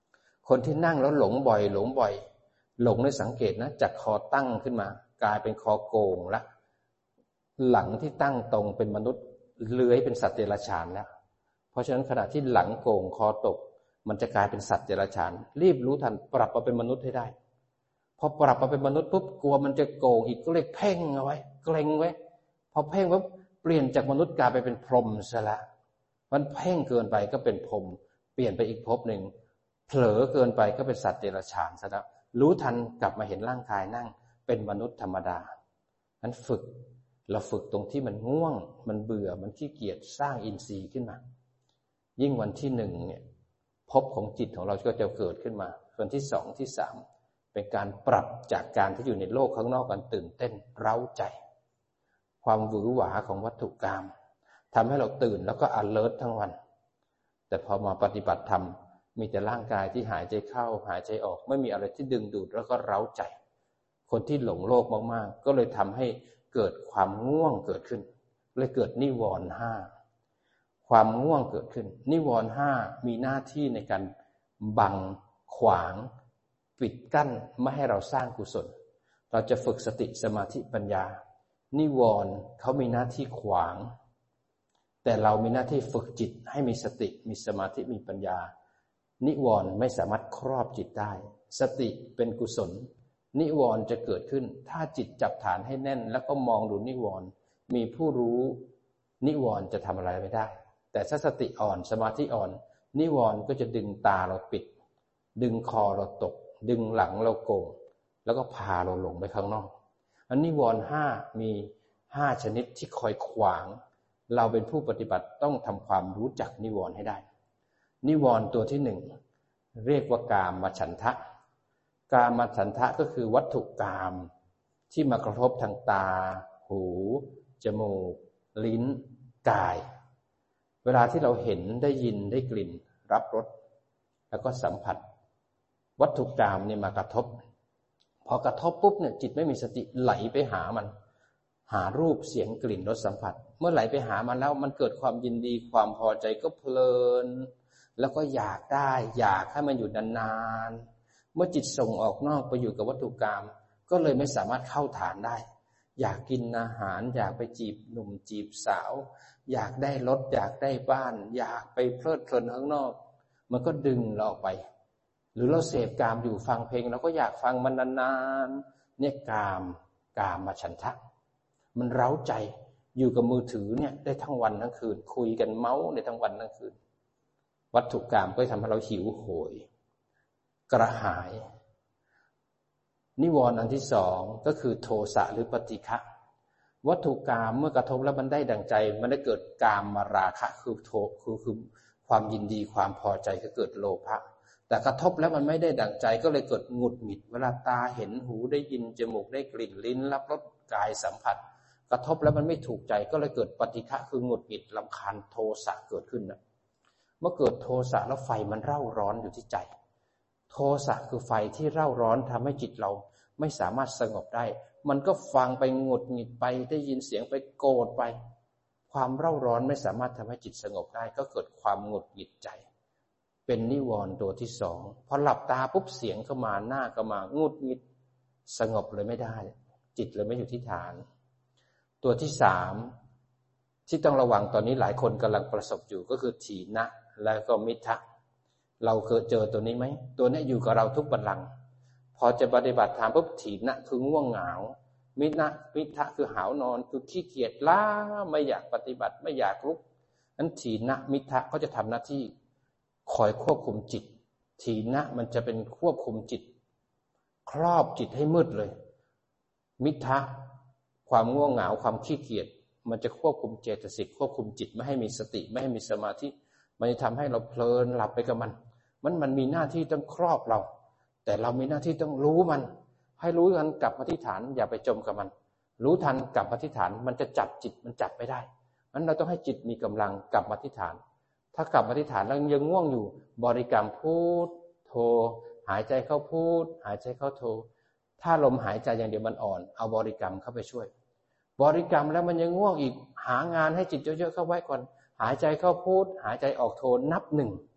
คนที่นั่งแล้วหลงบ่อยหลงบ่อยหลงในสังเกตนะจากคอตั้งขึ้นมากลายเป็นคอโก่งละหลังที่ตั้งตรงเป็นมนุษย์เลื้อยเป็นสัตว์เดรัจฉานแล้วเพราะฉะนั้นขณะที่หลังโก่งคอตกมันจะกลายเป็นสัตว์เดรัจฉานรีบรู้ทันปรับมาเป็นมนุษย์ให้ได้พอปรับมาเป็นมนุษย์ปุ๊บกลัวมันจะโก่งอีกก็เลยเพ่งเอาไว้เกร็งไว้พอเพ่งปุ๊บเปลี่ยนจากมนุษย์กลายไปเป็นพรหมซะละมันเพ่งเกินไปก็เป็นพรหมเปลี่ยนไปอีกภพหนึ่งเผลอเกินไปก็เป็นสัตว์เดรัจฉานซะแล้วรู้ทันกลับมาเห็นร่างกายนั่งเป็นมนุษย์ธรรมดานั้นฝึกเราฝึกตรงที่มันง่วงมันเบื่อมันขี้เกียจสร้างอินทรีย์ขึ้นมายิ่งวันที่หนึ่งเนี่ยภพของจิตของเราก็จะเกิดขึ้นมาวันที่สองที่สามเป็นการปรับจากการที่อยู่ในโลกข้างนอกกันตื่นเต้นเร้าใจความหวือหวาของวัตถุกรรมทำให้เราตื่นแล้วก็ alert ทั้งวันแต่พอมาปฏิบัติธรรมมีแต่ร่างกายที่หายใจเข้าหายใจออกไม่มีอะไรที่ดึงดูดแล้วก็เร้าใจคนที่หลงโลกมากๆก็เลยทำให้เกิดความง่วงเกิดขึ้นเลยเกิดนิวรณ์ห้าความง่วงเกิดขึ้นนิวรณ์ห้ามีหน้าที่ในการบังขวางปิดกั้นไม่ให้เราสร้างกุศลเราจะฝึกสติสมาธิปัญญานิวรณ์เขามีหน้าที่ขวางแต่เรามีหน้าที่ฝึกจิตให้มีสติมีสมาธิมีปัญญานิวรณ์ไม่สามารถครอบจิตได้สติเป็นกุศลนิวรณ์จะเกิดขึ้นถ้าจิตจับฐานให้แน่นแล้วก็มองดูนิวรณ์มีผู้รู้นิวรณ์จะทำอะไรไม่ได้แต่ถ้าสติอ่อนสมาธิอ่อนนิวรณ์ก็จะดึงตาเราปิดดึงคอเราตกดึงหลังเราโก่งแล้วก็พาเราหลงไปข้างนอกอันนิวรณ์ห้ามีห้าชนิดที่คอยขวางเราเป็นผู้ปฏิบัติต้องทำความรู้จักนิวรณ์ให้ได้นิวรณ์ตัวที่หนึ่งเรียกว่ากามฉันทะกามฉันทะก็คือวัตถุกามที่มากระทบทางตาหูจมูกลิ้นกายเวลาที่เราเห็นได้ยินได้กลิ่นรับรสแล้วก็สัมผัสวัตถุกามนี่มากระทบพอกระทบปุ๊บเนี่ยจิตไม่มีสติไหลไปหามันหารูปเสียงกลิ่นรสสัมผัสเมื่อไหลไปหามันแล้วมันเกิดความยินดีความพอใจก็เพลินแล้วก็อยากได้อยากให้มันอยู่นานๆเมื่อจิตส่งออกนอกไปอยู่กับวัตถุกรรมก็เลยไม่สามารถเข้าฐานได้อยากกินอาหารอยากไปจีบหนุ่มจีบสาวอยากได้รถอยากได้บ้านอยากไปเพลิดเพลินข้างนอกมันก็ดึงเราออกไปหรือเราเสพกามอยู่ฟังเพลงเราก็อยากฟังมันนานๆเนี่ยกามกามฉันทะมันเร้าใจอยู่กับมือถือเนี่ยได้ทั้งวันทั้งคืนคุยกันเมาส์ในทั้งวันทั้งคืนวัตถุกรรมก็ทำให้เราหิวโหยกระหายนิวรณ์อันที่สองก็คือโทสะหรือปฏิฆะวัตถุกรรมเมื่อกระทบแล้วมันได้ดั่งใจมันได้เกิดกามมาราคะคือโทคือคือความยินดีความพอใจก็เกิดโลภะแต่กระทบแล้วมันไม่ได้ดั่งใจก็เลยเกิดหงุดหงิดเวลาตาเห็นหูได้ยินจมูกได้กลิ่นลิ้นรับรสกายสัมผัสกระทบแล้วมันไม่ถูกใจก็เลยเกิดปฏิฆะคือหงุดหงิดรำคาญโทสะเกิดขึ้นนะเมื่อเกิดโทสะแล้วไฟมันเร่าร้อนอยู่ที่ใจโทสะคือไฟที่เร่าร้อนทำให้จิตเราไม่สามารถสงบได้มันก็ฟังไปหงุดหงิดไปได้ยินเสียงไปโกรธไปความเร่าร้อนไม่สามารถทำให้จิตสงบได้ก็เกิดความหงุดหงิดใจเป็นนิวรณ์ตัวที่สองพอหลับตาปุ๊บเสียงก็มาหน้าก็มาหงุดหงิดสงบเลยไม่ได้จิตเลยไม่อยู่ที่ฐานตัวที่สามที่ต้องระวังตอนนี้หลายคนกำลังประสบอยู่ก็คือถีนะและก็มิทะเราเคยเจอตัวนี้ไหมตัวนี้อยู่กับเราทุกบัลลังก์พอจะปฏิบัติธรรมปุ๊บถีนะคือง่วงเหงามินะมิทะคือหาวนอนคือขี้เกียจล้าไม่อยากปฏิบัติไม่อยากลุกนั้นถีนะมิทะก็จะทำหน้าที่คอยควบคุมจิตถีนะมันจะเป็นควบคุมจิตครอบจิตให้มืดเลยมิทะความง่วงเหงาความขี้เกียจมันจะควบคุมเจตสิกควบคุมจิตไม่ให้มีสติไม่ให้มีสมาธิมันจะทำให้เราเพลินหลับไปกับมันมันมันมีหน้าที่ต้องครอบเราแต่เรามีหน้าที่ต้องรู้มันให้รู้ทันกลับมาที่ฐานอย่าไปจมกับมันรู้ทันกลับมาที่ฐานมันจะจับจิตมันจับไม่ได้งั้นเราต้องให้จิตมีกำลังกลับมาที่ฐานถ้ากลับมาที่ฐานแล้วยังง่วงอยู่บริกรรมพุทโธหายใจเข้าพุทหายใจเข้าโธถ้าลมหายใจอย่างเดียวมันอ่อนเอาบริกรรมเข้าไปช่วยบริกรรมแล้วมันยังง่วงอีกหางานให้จิตเยอะๆเข้าไว้ก่อนหายใจเข้าพุทหายใจออกโธนับหนึ่งพ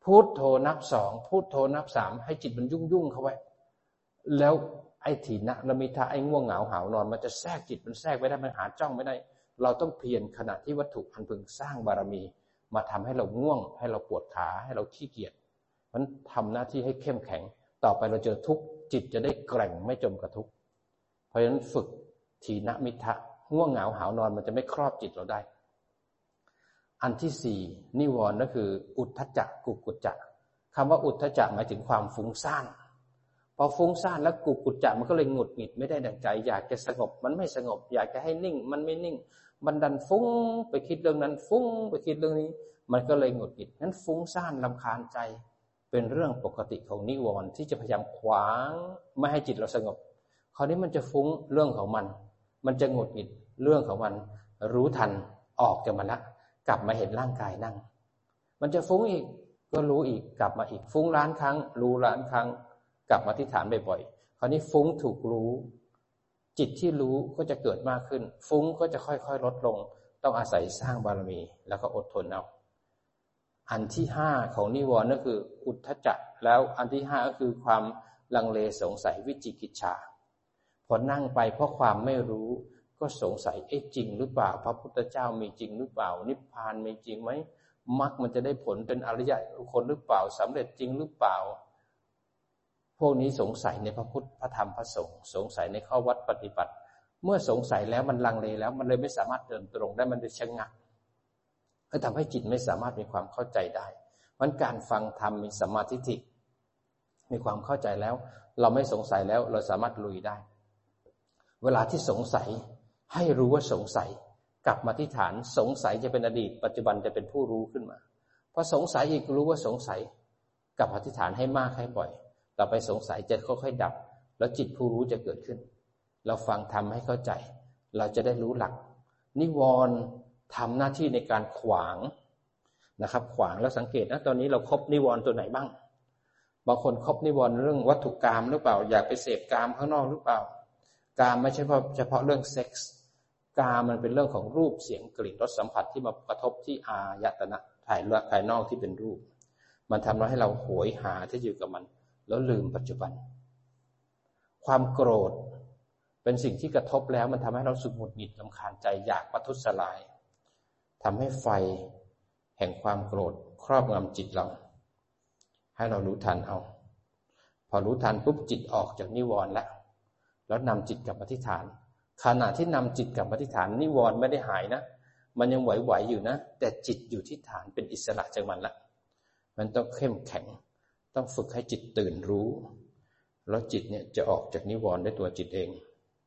พุทโธนับสองพุทโธนับสามให้จิตมันยุ่งยุ่งเข้าไว้แล้วไอ้ถีนละมิทะไอ้ง่วงเหงาหาวนอนมันจะแทรกจิตมันแทรกไม่ได้มันหาจ้องไม่ได้เราต้องเพียรขณะที่วัตถุอันพึงสร้างบารมีมาทำให้เราง่วงให้เราปวดขาให้เราขี้เกียจมันทำหน้าที่ให้เข้มแข็งต่อไปเราเจอทุกข์จิตจะได้แกร่งไม่จมกับทุกข์เพราะฉะนั้นฝึกถีนมิทะง่วงเหงาหาวนอนมันจะไม่ครอบจิตเราได้อันที่สี่นิวรณ์ก็คืออุทธัจจะกุกุจจะคำว่าอุทธัจจะหมายถึงความฟุ้งซ่านพอฟุ้งซ่านแล้วกุกุจจะมันก็เลยหงุดหงิดไม่ได้ดังใจอยากจะสงบมันไม่สงบอยากจะให้นิ่งมันไม่นิ่งมันดันฟุ้งไปคิดเรื่องนั้นฟุ้งไปคิดเรื่องนี้มันก็เลยหงุดหงิดนั้นฟุ้งซ่านรำคาญใจเป็นเรื่องปกติของนิวรณ์ที่จะพยายามขวางไม่ให้จิตเราสงบคราวนี้มันจะฟุ้งเรื่องของมันมันจะหงุดหงิดเรื่องของมันรู้ทันออกจากมันละกลับมาเห็นร่างกายนั่งมันจะฟุ้งอีกก็รู้อีกกลับมาอีกฟุ้งล้านครั้งรู้ล้านครั้งกลับมาที่ฐานบ่อยๆคราวนี้ฟุ้งถูกรู้จิตที่รู้ก็จะเกิดมากขึ้นฟุ้งก็จะค่อยๆลดลงต้องอาศัยสร้างบารมีแล้วก็อดทนเอาอันที่ห้าของนิวรณ์ก็คืออุทธัจจะแล้วอันที่ห้าก็คือความลังเลสงสัยวิจิกิจฉาพอนั่งไปเพราะความไม่รู้ก็สงสัยเอ๊ะจริงหรือเปล่าพระพุทธเจ้ามีจริงหรือเปล่านิพพานมีจริงไหมมรรคมันจะได้ผลเป็นอริยะบุคคลหรือเปล่าสำเร็จจริงหรือเปล่าพวกนี้สงสัยในพระพุทธพระธรรมพระสงฆ์สงสัยในข้อวัดปฏิบัติเมื่อสงสัยแล้วมันลังเลแล้วมันเลยไม่สามารถเดินตรงได้มันเลยชะงักก็ทำให้จิตไม่สามารถมีความเข้าใจได้เพราะการฟังธรรมมีสัมมาทิฏฐิมีความเข้าใจแล้วเราไม่สงสัยแล้วเราสามารถลุยได้เวลาที่สงสัยให้รู้ว่าสงสัยกลับมาที่ฐานสงสัยจะเป็นอดีตปัจจุบันจะเป็นผู้รู้ขึ้นมาพอสงสัยอีกรู้ว่าสงสัยกลับมาที่ฐานให้มากให้บ่อยต่อไปสงสัยจะค่อยๆดับแล้วจิตผู้รู้จะเกิดขึ้นเราฟังธรรมให้เข้าใจเราจะได้รู้หลักนิวรณ์ทำหน้าที่ในการขวางนะครับขวางแล้วสังเกตนะตอนนี้เราครบนิวรณ์ตัวไหนบ้างบางคนครบนิวรณ์เรื่องวัตถุกามหรือเปล่าอยากไปเสพกามข้างนอกหรือเปล่ากามไม่ใช่เฉพาะเรื่องเซ็กส์กามมันเป็นเรื่องของรูปเสียงกลิ่นรสสัมผัสที่มากระทบที่อายตนะภายภายนอกที่เป็นรูปมันทำให้เราโหยหาที่อยู่กับมันแล้วลืมปัจจุบันความโกรธเป็นสิ่งที่กระทบแล้วมันทำให้เราสุขหงุดหงิดรำคาญใจอยากประทุษร้ายทำให้ไฟแห่งความโกรธครอบงำจิตเราให้เรารู้ทันเอาพอรู้ทันปุ๊บจิตออกจากนิวรณ์แล้วแล้วนำจิตกลับมาที่ฐานขณะที่นำจิตกลับมาที่ฐานนิวรณ์ไม่ได้หายนะมันยังไหวๆอยู่นะแต่จิตอยู่ที่ฐานเป็นอิสระจากมันละมันต้องเข้มแข็งต้องฝึกให้จิตตื่นรู้แล้วจิตเนี่ยจะออกจากนิวรณ์ด้วยตัวจิตเอง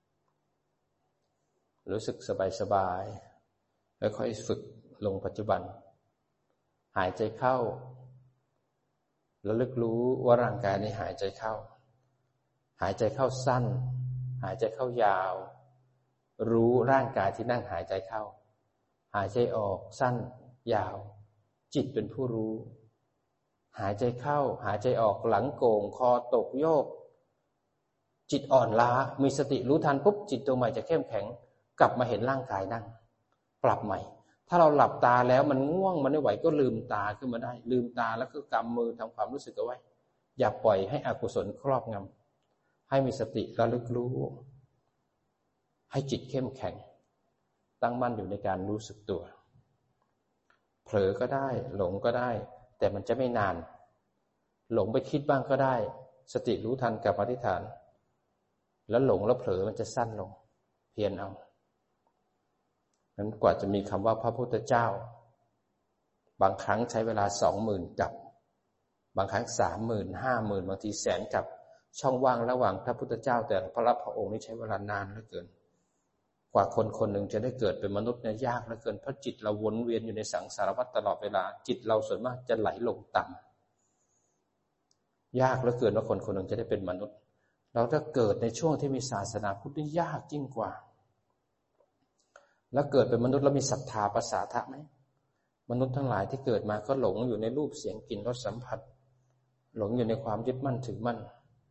รู้สึกสบายๆแล้วค่อยฝึกลงปัจจุบันหายใจเข้าแล้วลึกรู้ว่าร่างกายนี้หายใจเข้าหายใจเข้าสั้นหายใจเข้ายาวรู้ร่างกายที่นั่งหายใจเข้าหายใจออกสั้นยาวจิตเป็นผู้รู้หายใจเข้าหายใจออกหลังโก่งคอตกโยกจิตอ่อนล้ามีสติรู้ทันปุ๊บจิตตัวใหม่จะเข้มแข็งกลับมาเห็นร่างกายนั่งปรับใหม่ถ้าเราหลับตาแล้วมันง่วงมันไม่ไหวก็ลืมตาขึ้นมาได้ลืมตาแล้วก็กำมือทำความรู้สึกเอาไว้อย่าปล่อยให้อกุศลครอบงำให้มีสติระลึกรู้ให้จิตเข้มแข็งตั้งมั่นอยู่ในการรู้สึกตัวเผลอก็ได้หลงก็ได้แต่มันจะไม่นานหลงไปคิดบ้างก็ได้สติรู้ทันกลับมาที่ฐานแล้วหลงแล้วเผลอมันจะสั้นลงเพียรเอานั้นกว่าจะมีคำว่าพระพุทธเจ้าบางครั้งใช้เวลาสองหมื่นกับบางครั้งสามหมื่นห้าหมื่นบางทีแสนกับช่องว่างระหว่างพระพุทธเจ้าแต่พระรับพระองค์นี้ใช้เวลานานเหลือเกินกว่าคนคนหนึ่งจะได้เกิดเป็นมนุษย์เนี่ยยากเหลือเกินเพราะจิตเราวนเวียนอยู่ในสังสารวัฏตลอดเวลาจิตเราส่วนมากจะไหลลงต่ำยากเหลือเกินว่าคนคนหนึ่งจะได้เป็นมนุษย์เราถ้าเกิดในช่วงที่มีศาสนาพุทธนี่ยากยิ่งกว่าแล้วเกิดเป็นมนุษย์แล้วมีศรัทธาประสาทะไหมมนุษย์ทั้งหลายที่เกิดมาก็หลงอยู่ในรูปเสียงกลิ่นรสสัมผัสหลงอยู่ในความยึดมั่นถือมั่น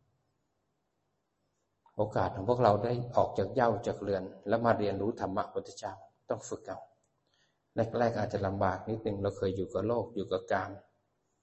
โอกาสของพวกเราได้ออกจากเหย้าจากเรือนแล้วมาเรียนรู้ธรรมะพุทธเจ้าต้องฝึกเอาแรกๆอาจจะลำบากนิดนึงเราเคยอยู่กับโลกอยู่กับกาม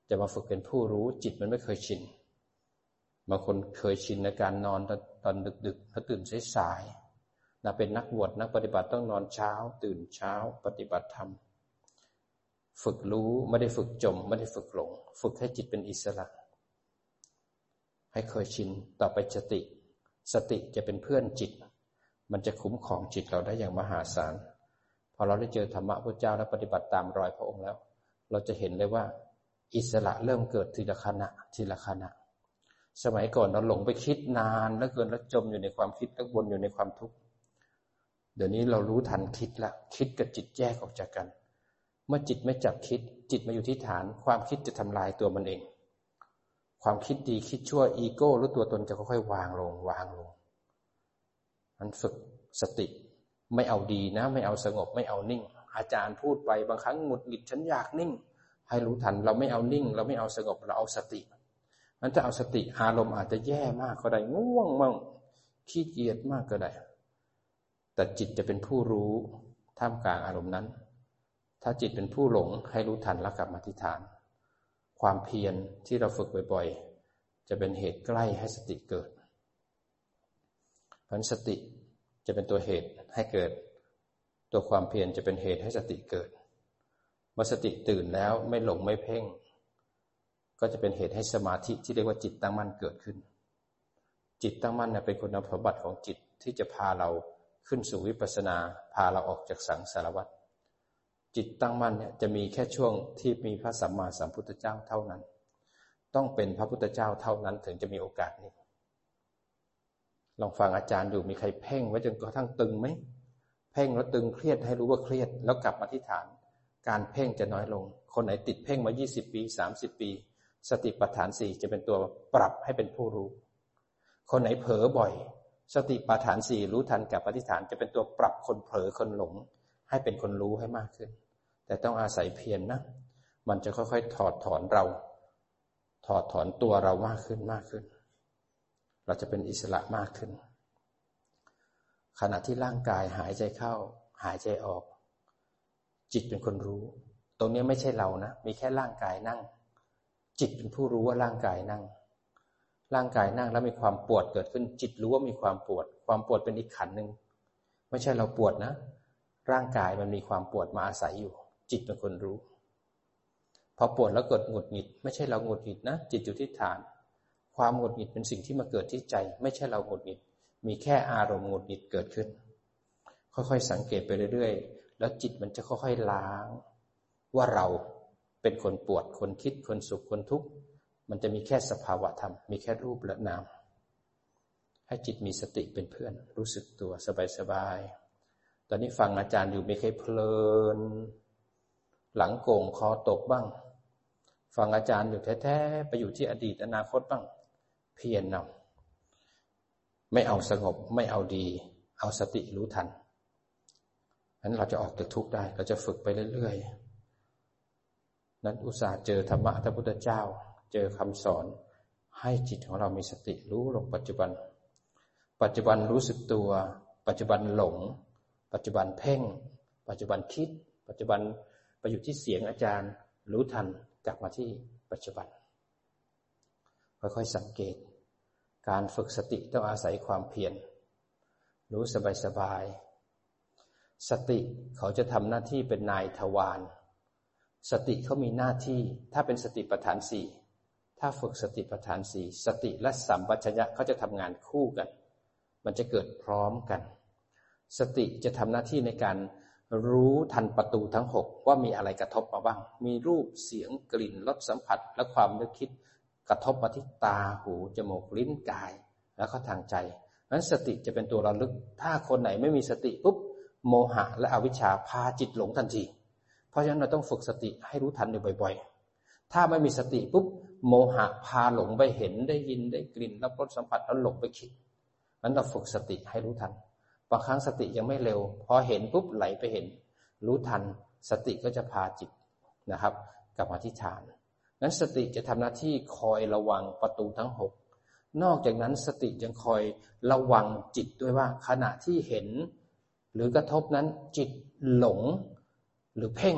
จะมาฝึกเป็นผู้รู้จิตมันไม่เคยชินบางคนเคยชินในการนอนตอนดึกๆแล้วตื่นสายๆนะเป็นนักบวชนักปฏิบัติต้องนอนเช้าตื่นเช้าปฏิบัติธรรมฝึกรู้ไม่ได้ฝึกจมไม่ได้ฝึกหลงฝึกให้จิตเป็นอิสระให้เคยชินต่อไปสติสติจะเป็นเพื่อนจิตมันจะคุ้มครองจิตเราได้อย่างมหาศาลพอเราได้เจอธรรมะพระเจ้าและปฏิบัติตามรอยพระองค์แล้วเราจะเห็นเลยว่าอิสระเริ่มเกิดทีละขณะทีละขณะสมัยก่อนเราหลงไปคิดนานแล้วเกินแล้วจมอยู่ในความคิดแล้ววนอยู่ในความทุกข์เดี๋ยวนี้เรารู้ทันคิดแล้วคิดกับจิตแยกออกจากกันเมื่อจิตไม่จับคิดจิตมาอยู่ที่ฐานความคิดจะทำลายตัวมันเองความคิดดีคิดชั่วอีโก้หรือตัวตนจะค่อยๆวางลงวางลงมันฝึกสติไม่เอาดีนะไม่เอาสงบไม่เอานิ่งอาจารย์พูดไปบางครั้งหงุดหงิดฉันอยากนิ่งให้รู้ทันเราไม่เอานิ่งเราไม่เอาสงบเราเอาสติมันจะเอาสติอารมณ์อาจจะแย่มากก็ได้ง่วงมั่งขี้เกียจมากก็ได้แต่จิตจะเป็นผู้รู้ท่ามกลางอารมณ์นั้นถ้าจิตเป็นผู้หลงให้รู้ทันแล้วกลับมาที่ฐานความเพียรที่เราฝึกบ่อยๆจะเป็นเหตุใกล้ให้สติเกิดเพราะสติจะเป็นตัวเหตุให้เกิดตัวความเพียรจะเป็นเหตุให้สติเกิดเมื่อสติตื่นแล้วไม่หลงไม่เพ่งก็จะเป็นเหตุให้สมาธิที่เรียกว่าจิตตั้งมั่นเกิดขึ้นจิตตั้งมั่นเป็นคุณสมบัติของจิตที่จะพาเราขึ้นสู่วิปัสสนาพาเราออกจากสังสารวัฏจิตตั้งมั่นเนี่ยจะมีแค่ช่วงที่มีพระสัมมาสัมพุทธเจ้าเท่านั้นต้องเป็นพระพุทธเจ้าเท่านั้นถึงจะมีโอกาสนี้ลองฟังอาจารย์ดูมีใครเพ่งไว้จนกระทั่งตึงไหมเพ่งแล้วตึงเครียดให้รู้ว่าเครียดแล้วกลับมาที่ฐานการเพ่งจะน้อยลงคนไหนติดเพ่งมายี่สิบปีสามสิบปีสติปัฏฐานสี่จะเป็นตัวปรับให้เป็นผู้รู้คนไหนเผลอบ่อยสติปัฏฐานสี่รู้ทันกับปฏิฐานจะเป็นตัวปรับคนเผลอคนหลงให้เป็นคนรู้ให้มากขึ้นแต่ต้องอาศัยเพียร นะมันจะค่อยๆถอดถอนเราถอดถอนตัวเรามากขึ้นมากขึ้นเราจะเป็นอิสระมากขึ้นขณะที่ร่างกายหายใจเข้าหายใจออกจิตเป็นคนรู้ตรงนี้ไม่ใช่เรานะมีแค่ร่างกายนั่งจิตเป็นผู้รู้ว่าร่างกายนั่งร่างกายนั่งแล้วมีความปวดเกิดขึ้นจิตรู้ว่ามีความปวดความปวดเป็นอีกขันธ์นึงไม่ใช่เราปวดนะร่างกายมันมีความปวดมาอาศัยอยู่จิตเป็นคนรู้พอปวดแล้วเกิดหงุดหงิดไม่ใช่เราหงุดหงิดนะจิตอยู่ที่ฐานความหงุดหงิดเป็นสิ่งที่มาเกิดที่ใจไม่ใช่เราหงุดหงิดมีแค่อารมณ์หงุดหงิดเกิดขึ้นค่อยๆสังเกตไปเรื่อยๆแล้วจิตมันจะค่อยๆล้างว่าเราเป็นคนปวดคนคิดคนสุขคนทุกข์มันจะมีแค่สภาวะธรรมมีแค่รูปและนามให้จิตมีสติเป็นเพื่อนรู้สึกตัวสบายๆตอนนี้ฟังอาจารย์อยู่ไม่เคยเพลินหลังโก่งคอตกบ้างฟังอาจารย์อยู่แท้ๆไปอยู่ที่อดีตอนาคตบ้างเพียรนำไม่เอาสงบไม่เอาดีเอาสติรู้ทันนั้นเราจะออกจากทุกข์ได้เราจะฝึกไปเรื่อยๆนั้นอุตส่าห์เจอธรรมะพระพุทธเจ้าเจอคำสอนให้จิตของเรามีสติรู้ลงปัจจุบันปัจจุบันรู้สึกตัวปัจจุบันหลงปัจจุบันเพ่งปัจจุบันคิดปัจจุบันไปอยู่ที่เสียงอาจารย์รู้ทันกลับมาที่ปัจจุบันค่อยๆสังเกตการฝึกสติต้องอาศัยความเพียรรู้สบายๆสติเขาจะทำหน้าที่เป็นนายทวารสติเขามีหน้าที่ถ้าเป็นสติปัฏฐานสี่ถ้าฝึกสติปัฏฐานสี่สติและสัมปชัญญะเขาจะทำงานคู่กันมันจะเกิดพร้อมกันสติจะทำหน้าที่ในการรู้ทันประตูทั้งหกว่ามีอะไรกระทบมาบ้างมีรูปเสียงกลิ่นรสสัมผัสและความนึกคิดกระทบมาที่ตาหูจมูกลิ้นกายแล้วก็ทางใจนั้นสติจะเป็นตัวระลึกถ้าคนไหนไม่มีสติปุ๊บโมหะและอวิชชาพาจิตหลงทันทีเพราะฉะนั้นเราต้องฝึกสติให้รู้ทันอยู่บ่อยๆถ้าไม่มีสติปุ๊บโมหะพาหลงไปเห็นได้ยินได้กลิ่นรับรสสัมผัสแล้วหลงไปคิดนั้นเราฝึกสติให้รู้ทันบางครั้งสติยังไม่เร็วพอเห็นปุ๊บไหลไปเห็นรู้ทันสติก็จะพาจิตนะครับกลับมาที่ฐานนั้นสติจะทำหน้าที่คอยระวังประตูทั้งหกนอกจากนั้นสติยังคอยระวังจิตด้วยว่าขณะที่เห็นหรือกระทบนั้นจิตหลงหรือเพ่ง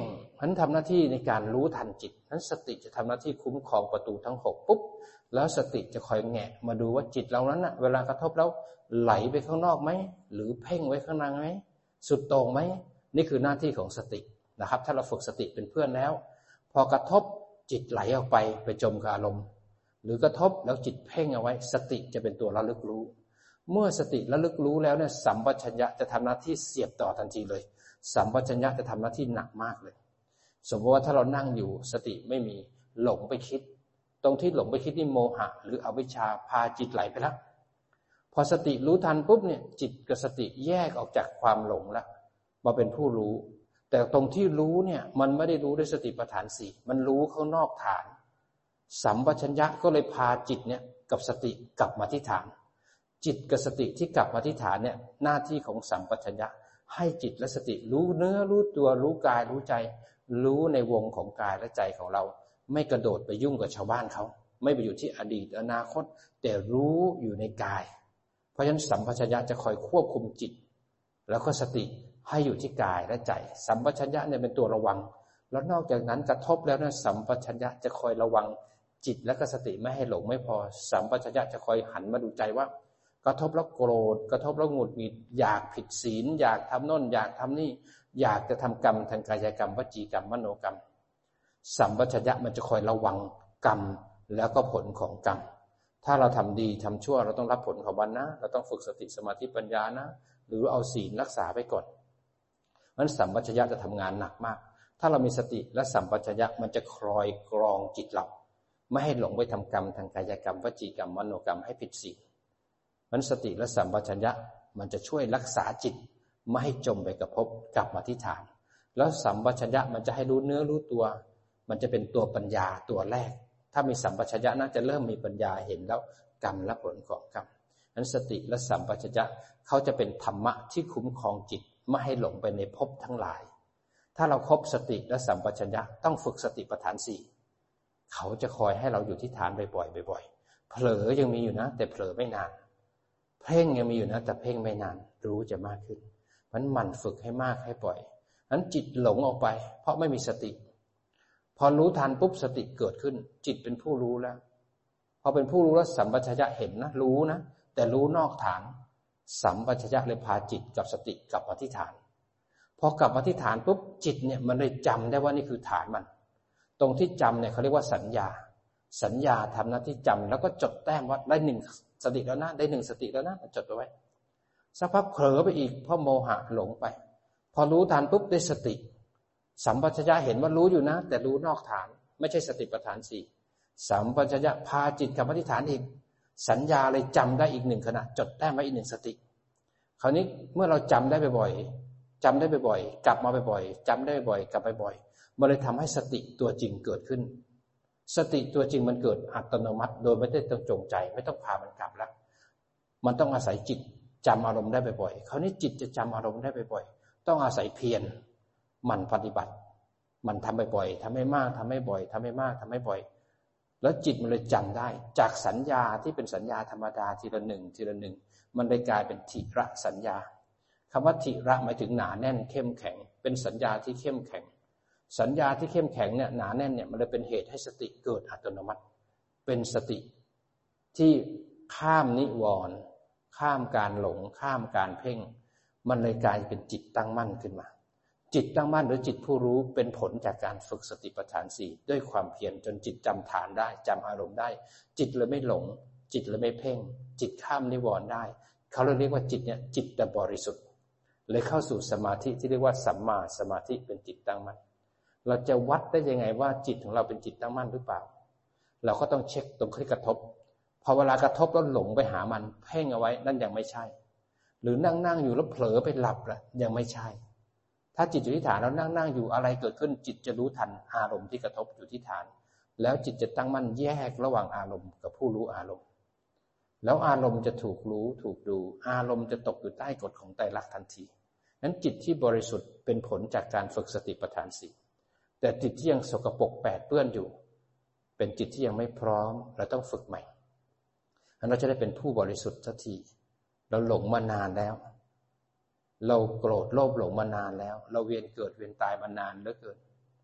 นั้นทำหน้าที่ในการรู้ทันจิตนั้นสติจะทำหน้าที่คุ้มครองประตูทั้งหกปุ๊บแล้วสติจะคอยแงะมาดูว่าจิตเรานั้นนะเวลากระทบแล้วไหลไปข้างนอกไหมหรือเพ่งไว้ข้างในไหมสุดโต่งไหมนี่คือหน้าที่ของสตินะครับถ้าเราฝึกสติเป็นเพื่อนแล้วพอกระทบจิตไหลออกไปไปจมกับอารมณ์หรือกระทบแล้วจิตเพ่งเอาไว้สติจะเป็นตัวระลึกรู้เมื่อสติระลึกรู้แล้วเนี่ยสัมปชัญญะจะทำหน้าที่เสียบต่อทันทีเลยสัมปชัญญะจะทำหน้าที่หนักมากเลยสมมติว่าถ้าเรานั่งอยู่สติไม่มีหลงไปคิดตรงที่หลงไปคิดนี่โมหะหรืออวิชชาพาจิตไหลไปแล้วพอสติรู้ทันปุ๊บเนี่ยจิตกับสติแยกออกจากความหลงแล้วมาเป็นผู้รู้แต่ตรงที่รู้เนี่ยมันไม่ได้รู้ด้วยสติปัฏฐานสี่มันรู้ข้างนอกฐานสัมปชัญญะก็เลยพาจิตเนี่ยกับสติกลับมาที่ฐานจิตกับสติที่กลับมาที่ฐานเนี่ยหน้าที่ของสัมปชัญญะให้จิตและสติรู้เนื้อรู้ตัวรู้กายรู้ใจรู้ในวงของกายและใจของเราไม่กระโดดไปยุ่งกับชาวบ้านเขาไม่ไปอยู่ที่อดีตอนาคตแต่รู้อยู่ในกายเพราะฉะนั้นสัมปชัญญะจะคอยควบคุมจิตแล้วก็สติให้อยู่ที่กายและใจสัมปชัญญะเนี่ยเป็นตัวระวังแล้วนอกจากนั้นกระทบแล้วเนี่ยสัมปชัญญะจะคอยระวังจิตและก็สติไม่ให้หลงไม่พอสัมปชัญญะจะคอยหันมาดูใจว่ากระทบแล้วโกรธกระทบแล้วหงุดหงิดอยากผิดศีลอยากทำโน่นอยากทำนี่อยากจะทำกรรมทางกายกรรมวจีกรรมมโนกรรมสัมปชัญญะมันจะคอยระวังกรรมแล้วก็ผลของกรรมถ้าเราทำดีทำชั่วเราต้องรับผลของมันนะเราต้องฝึกสติสมาธิปัญญานะหรือเอาศีลรักษาไปก่อนเพราะฉะนั้นสัมปชัญญะจะทำงานหนักมากถ้าเรามีสติและสัมปชัญญะมันจะคอยกรองจิตเราไม่ให้หลงไปทำกรรมทางกายกรรมวจีกรรมมโนกรรมให้ผิดศีลมันสติและสัมปชัญญะมันจะช่วยรักษาจิตไม่ให้จมไปกับภพกลับมาที่ฐานแล้วสัมปชัญญะมันจะให้รู้เนื้อรู้ตัวมันจะเป็นตัวปัญญาตัวแรกถ้ามีสัมปชัญญะน่าจะเริ่มมีปัญญาเห็นแล้วกรรมและผลของกรรมนั้นสติและสัมปชัญญะเขาจะเป็นธรรมะที่คุ้มครองจิตไม่ให้หลงไปในภพทั้งหลายถ้าเราครบสติและสัมปชัญญะต้องฝึกสติปัฏฐานสี่เขาจะคอยให้เราอยู่ที่ฐานบ่อยๆบ่อยๆเผลอยังมีอยู่นะแต่เผลอไม่นานเพ่งยังมีอยู่นะแต่เพ่งไม่นานรู้จะมากขึ้นมันหมั่นฝึกให้มากให้บ่อยนั้นจิตหลงออกไปเพราะไม่มีสติพอรู้ทันปุ๊บสติเกิดขึ้นจิตเป็นผู้รู้แล้วพอเป็นผู้รู้แล้วสัมปชัญญะเห็นนะรู้นะแต่รู้นอกฐานสัมปชัญญะเลยพาจิตกับสติกลับมาที่ฐานพอกลับมาที่ฐานปุ๊บจิตเนี่ยมันเลยจำได้ว่านี่คือฐานมันตรงที่จำเนี่ยเขาเรียกว่าสัญญาสัญญาทำหน้าที่จำแล้วก็จดแต้มว่าได้หนึ่งสติแล้วนะได้หนึ่งสติแล้วนะจดเอาไว้สักพักเผลอไปอีกเพราะโมหะหลงไปพอรู้ทันปุ๊บได้สติสัมปชัญญะเห็นว่ารู้อยู่นะแต่รู้นอกฐานไม่ใช่สติปัฏฐานสี่สัมปชัญญะพาจิตกลับมาที่ฐานอีกสัญญาเลยจำได้อีกหนึ่งขณะจดแต้มไว้อีกหนึ่งสติคราวนี้เมื่อเราจำได้บ่อยๆจำได้บ่อยๆกลับมาบ่อยๆจำได้บ่อยๆกลับไปบ่อยมันเลยทำให้สติตัวจริงเกิดขึ้นสติตัวจริงมันเกิดอัตโนมัติโดยไม่ได้ต้องจงใจไม่ต้องพามันกลับแล้วมันต้องอาศัยจิตจำอารมณ์ได้บ่อยๆคราวนี้จิตจะจำอารมณ์ได้บ่อยๆต้องอาศัยเพียรมันปฏิบัติมันทำบ่อยๆทำให้มากทำให้บ่อยทำให้มากทำให้บ่อยแล้วจิตมันเลยจำได้จากสัญญาที่เป็นสัญญาธรรมดาทีละหนึ่งทีละหนึ่งมันเลยกลายเป็นทิระสัญญาคำว่าทิระหมายถึงหนาแน่นเข้มแข็งเป็นสัญญาที่เข้มแข็งสัญญาที่เข้มแข็งเนี่ยหนาแน่นเนี่ยมันเลยเป็นเหตุให้สติเกิดอัตโนมัติเป็นสติที่ข้ามนิวรณ์ข้ามการหลงข้ามการเพ่งมันเลยกลายเป็นจิตตั้งมั่นขึ้นมาจิตตั้งมั่นหรือจิตผู้รู้เป็นผลจากการฝึกสติปัฏฐานสี่ด้วยความเพียรจนจิตจำฐานได้จำอารมณ์ได้จิตเลยไม่หลงจิตเลยไม่เพ่งจิตข้ามนิวรณ์ได้เขาเลยเรียกว่าจิตเนี่ยจิตแต่บริสุทธิ์เลยเข้าสู่สมาธิที่เรียกว่าสัมมาสมาธิเป็นจิตตั้งมั่นเราจะวัดได้ยังไงว่าจิตของเราเป็นจิตตั้งมั่นหรือเปล่าเราก็ต้องเช็คตรงที่กระทบพอเวลากระทบแล้วหลงไปหามันเพ่งเอาไว้นั่นยังไม่ใช่หรือนั่งนั่งอยู่แล้วเผลอไปหลับละยังไม่ใช่ถ้าจิตอยู่ที่ฐานแล้วนั่งนั่งอยู่อะไรเกิดขึ้นจิตจะรู้ทันอารมณ์ที่กระทบอยู่ที่ฐานแล้วจิตจะตั้งมั่นแยกระหว่างอารมณ์กับผู้รู้อารมณ์แล้วอารมณ์จะถูกรู้ถูกดูอารมณ์จะตกอยู่ใต้กฎของไตรลักษณ์ทันทีนั้นจิตที่บริสุทธิ์เป็นผลจากการฝึกสติปัฏฐานสี่แต่จิตที่ยังสกปรกแปดเปื้อนอยู่เป็นจิตที่ยังไม่พร้อมเราต้องฝึกใหม่เราจะได้เป็นผู้บริสุทธิ์สักทีเราหลงมานานแล้วเราโกรธโลภหลงมานานแล้วเราเวียนเกิดเวียนตายมานานเหลือเกิน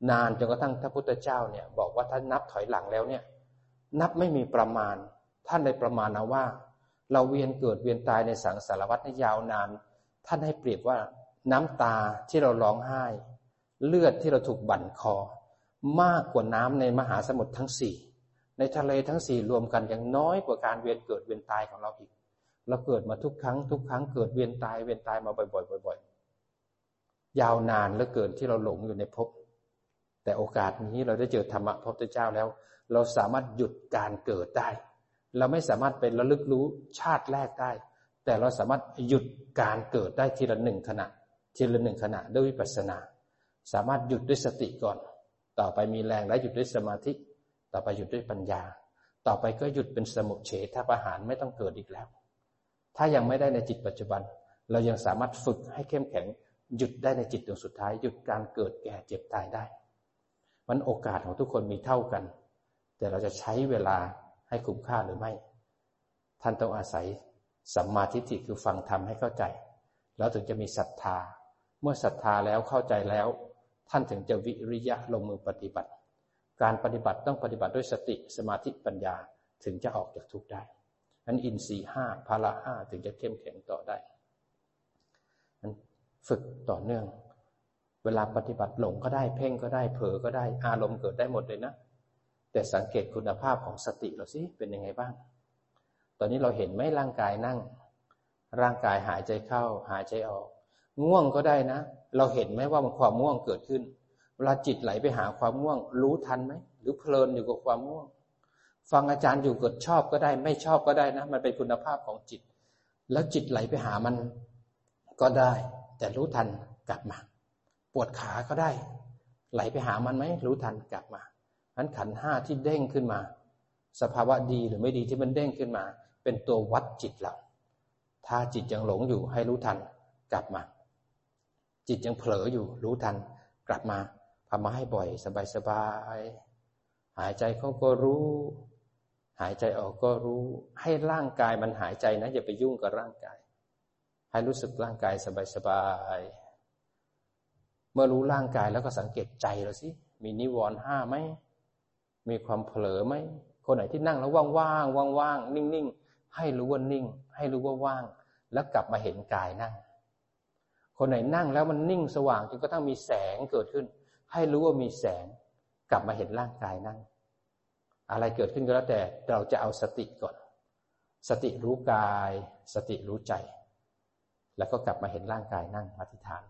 นานจนกระทั่งพระพุทธเจ้าเนี่ยบอกว่าถ้านับถอยหลังแล้วเนี่ยนับไม่มีประมาณท่านได้ประมาณเอาว่าเราเวียนเกิดเวียนตายในสังสารวัฏนี่ยาวนานท่านให้เปรียบว่าน้ำตาที่เราร้องไห้เลือดที่เราถูกบั่นคอมากกว่าน้ำในมหาสมุทรทั้งสี่ในทะเลทั้งสี่รวมกันยังน้อยกว่าการเวียนเกิดเวียนตายของเราอีกเราเกิดมาทุกครั้งทุกครั้งเกิดเวียนตายเวียนตายมาบ่อยๆบ่อยๆยาวนานเหลือเกินที่เราหลงอยู่ในภพแต่โอกาสนี้เราได้เจอธรรมะพระพุทธเจ้าแล้วเราสามารถหยุดการเกิดได้เราไม่สามารถเป็นระลึกรู้ชาติแรกได้แต่เราสามารถหยุดการเกิดได้ทีละหนึ่งขณะทีละหนึ่งขณะด้วยวิปัสสนาสามารถหยุดด้วยสติก่อนต่อไปมีแรงแล้วหยุดด้วยสมาธิต่อไปหยุดด้วยปัญญาต่อไปก็หยุดเป็นสมุจเฉทประหารไม่ต้องเกิดอีกแล้วถ้ายังไม่ได้ในจิตปัจจุบันเรายังสามารถฝึกให้เข้มแข็งหยุดได้ในจิตดวงสุดท้ายหยุดการเกิดแก่เจ็บตายได้มันโอกาสของทุกคนมีเท่ากันแต่เราจะใช้เวลาให้คุ้มค่าหรือไม่ท่านต้องอาศัยสัมมาทิฏฐิคือฟังธรรมให้เข้าใจแล้วถึงจะมีศรัทธาเมื่อศรัทธาแล้วเข้าใจแล้วท่านถึงจะวิริยะลงมือปฏิบัติการปฏิบัติต้องปฏิบัติด้วยสติสมาธิปัญญาถึงจะออกจากทุกข์ได้นั้นอินทรีย์ห้าพละห้าถึงจะเข้มแข็งต่อได้นั้นฝึกต่อเนื่องเวลาปฏิบัติหลงก็ได้เพ่งก็ได้เผลอก็ได้อารมณ์เกิดได้หมดเลยนะแต่สังเกตคุณภาพของสติเราสิเป็นยังไงบ้างตอนนี้เราเห็นไหมร่างกายนั่งร่างกายหายใจเข้าหายใจออกง่วงก็ได้นะเราเห็นไหมว่ามันความง่วงเกิดขึ้นเวลาจิตไหลไปหาความง่วงรู้ทันไหมหรือเพลินอยู่กับความง่วงฟังอาจารย์อยู่เกิดชอบก็ได้ไม่ชอบก็ได้นะมันเป็นคุณภาพของจิตแล้วจิตไหลไปหามันก็ได้แต่รู้ทันกลับมาปวดขาก็ได้ไหลไปหามันไหมรู้ทันกลับมานั้นขันธ์ห้าที่เด้งขึ้นมาสภาวะดีหรือไม่ดีที่มันเด้งขึ้นมาเป็นตัววัดจิตเราถ้าจิตยังหลงอยู่ให้รู้ทันกลับมาจิตยังเผลออยู่รู้ทันกลับมาทำมาให้บ่อยสบายๆหายใจเข้าก็รู้หายใจออกก็รู้ให้ร่างกายมันหายใจนะอย่าไปยุ่งกับร่างกายให้รู้สึกร่างกายสบายๆเมื่อรู้ร่างกายแล้วก็สังเกตใจเราสิมีนิวรณ์ห้าไหมมีความเผลอไหมคนไหนที่นั่งแล้วว่างๆว่างๆนิ่งๆให้รู้ว่านิ่งให้รู้ว่าว่างแล้วกลับมาเห็นกายนั่งคนไหนนั่งแล้วมันนิ่งสว่างจนกระทั่งมีแสงเกิดขึ้นให้รู้ว่ามีแสงกลับมาเห็นร่างกายนั่งอะไรเกิดขึ้นก็แล้วแต่เราจะเอาสติก่อนสติรู้กายสติรู้ใจแล้วก็กลับมาเห็นร่างกายนั่งอธิษฐาน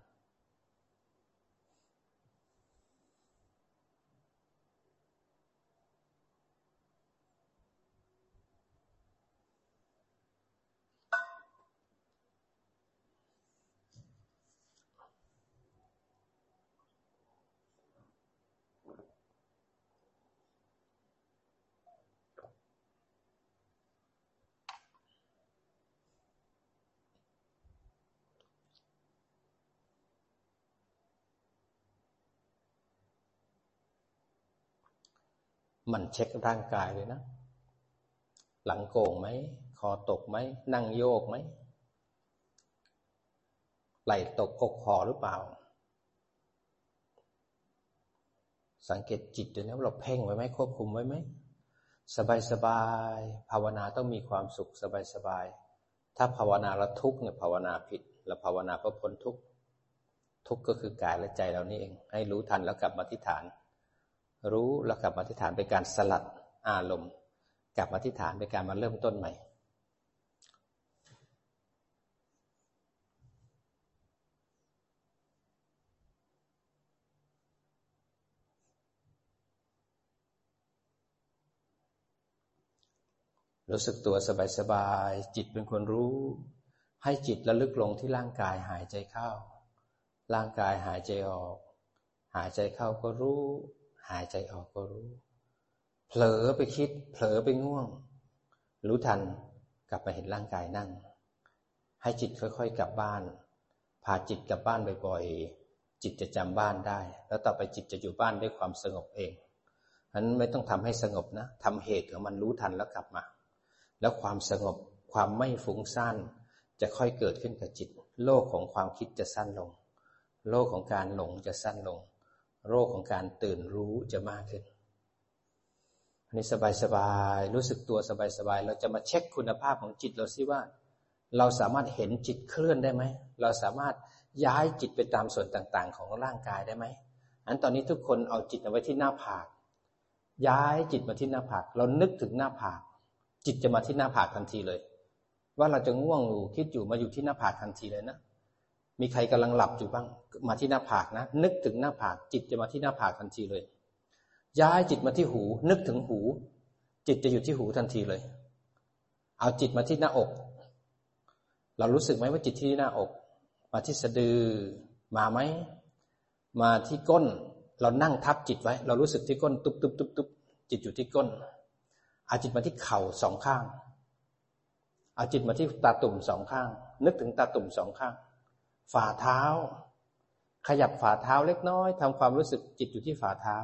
มันเช็คร่างกายเลยนะหลังโก่งไหมคอตกไหมนั่งโยกไหมไหล่ตกอกคอหรือเปล่าสังเกตจิตด้วยนะว่าเราเพ่งไว้ไหมควบคุมไว้ไหมสบายๆภาวนาต้องมีความสุขสบายๆถ้าภาวนาแล้วทุกข์เนี่ยภาวนาผิดแล้วภาวนาเพื่อพ้นทุกข์ทุกข์ก็คือกายและใจเรานี่เองให้รู้ทันแล้วกลับมาอธิษฐานรู้แล้วกลับมาอธิษฐานเป็นการสลัดอารมณ์กลับมาอธิษฐานเป็นการมาเริ่มต้นใหม่รู้สึกตัวสบายๆจิตเป็นคนรู้ให้จิตระลึกลงที่ร่างกายหายใจเข้าร่างกายหายใจออกหายใจเข้าก็รู้หายใจออกก็รู้เผลอไปคิดเผลอไปง่วงรู้ทันกลับมาเห็นร่างกายนั่งให้จิตค่อยๆกลับบ้านพาจิตกลับบ้านบ่อยๆจิตจะจำบ้านได้แล้วต่อไปจิตจะอยู่บ้านด้วยความสงบเองฉะนั้นไม่ต้องทำให้สงบนะทำเหตุของมันรู้ทันแล้วกลับมาแล้วความสงบความไม่ฟุ้งซ่านจะค่อยเกิดขึ้นกับจิตโลกของความคิดจะสั้นลงโลกของการหลงจะสั้นลงโรคของการตื่นรู้จะมากขึ้นอันนี้สบายๆรู้สึกตัวสบายๆเราจะมาเช็คคุณภาพของจิตเราซิว่าเราสามารถเห็นจิตเคลื่อนได้ไหมเราสามารถย้ายจิตไปตามส่วนต่างๆของร่างกายได้ไหมอันตอนนี้ทุกคนเอาจิตเอาไว้ที่หน้าผากย้ายจิตมาที่หน้าผากเรานึกถึงหน้าผากจิตจะมาที่หน้าผากทันทีเลยว่าเราจะง่วงอยู่คิดอยู่มาอยู่ที่หน้าผากทันทีเลยนะมีใครกำลังหลับอยู่บ้างมาที่หน้าผากนะนึกถึงหน้าผากจิตจะมาที่หน้าผากทันทีเลยย้ายจิตมาที่หูนึกถึงหูจิตจะอยู่ที่หูทันทีเลยเอาจิตมาที่หน้าอกเรารู้สึกไหมว่าจิตที่หน้าอกมาที่สะดือมาไหมมาที่ก้นเรานั่งทับจิตไว้เรารู้สึกที่ก้นตุ๊บตุ๊บตุ๊บตุ๊บจิตอยู่ที่ก้นเอาจิตมาที่เข่าสองข้างเอาจิตมาที่ตาตุ่มสองข้างนึกถึงตาตุ่มสองข้างฝ่าเท้าขยับฝ่าเท้าเล็กน้อยทำความรู้สึกจิตอยู่ที่ฝ่าเท้า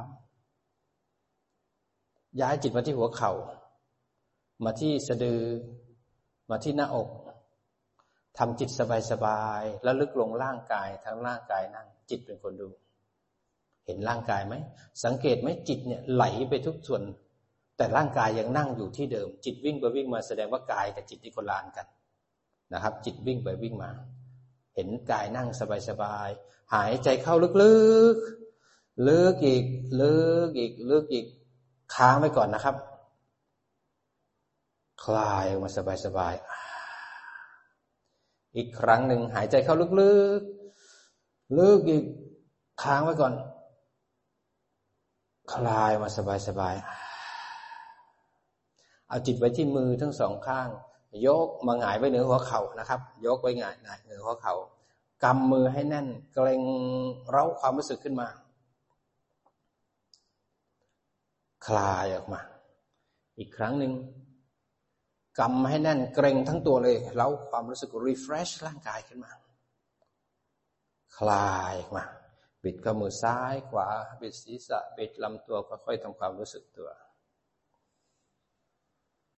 ย้ายจิตมาที่หัวเข่ามาที่สะดือมาที่หน้าอกทำจิตสบายๆแล้วลึกลงร่างกายทั้งร่างกายนั่งจิตเป็นคนดูเห็นร่างกายไหมสังเกตไหมจิตเนี่ยไหลไปทุกส่วนแต่ร่างกายยังนั่งอยู่ที่เดิมจิตวิ่งไปวิ่งมาแสดงว่ากายกับจิตที่คนละอันกันนะครับจิตวิ่งไปวิ่งมาเห็นกายนั่งสบายๆหายใจเข้าลึกๆลึกอีกลึกอีกลึกอีกค้างไว้ก่อนนะครับคลายออกมาสบายๆอีกครั้งหนึ่งหายใจเข้าลึกๆลึกอีกค้างไว้ก่อนคลายมาสบายๆเอาจิตไว้ที่มือทั้งสองข้างยกมาหงายไว้เหนือหัวเข่านะครับยกไว้หงายหงายเหนือหัวเข่ากำมือให้แน่นเกร็งเร้าความรู้สึกขึ้นมาคลายออกมาอีกครั้งหนึ่งกำให้แน่นเกร็งทั้งตัวเลยเร้าความรู้สึก refresh ร่างกายขึ้นมาคลายออกมาบิดข้อมือซ้ายขวาบิดศีรษะบิดลำตัวค่อยๆทำความรู้สึกตัว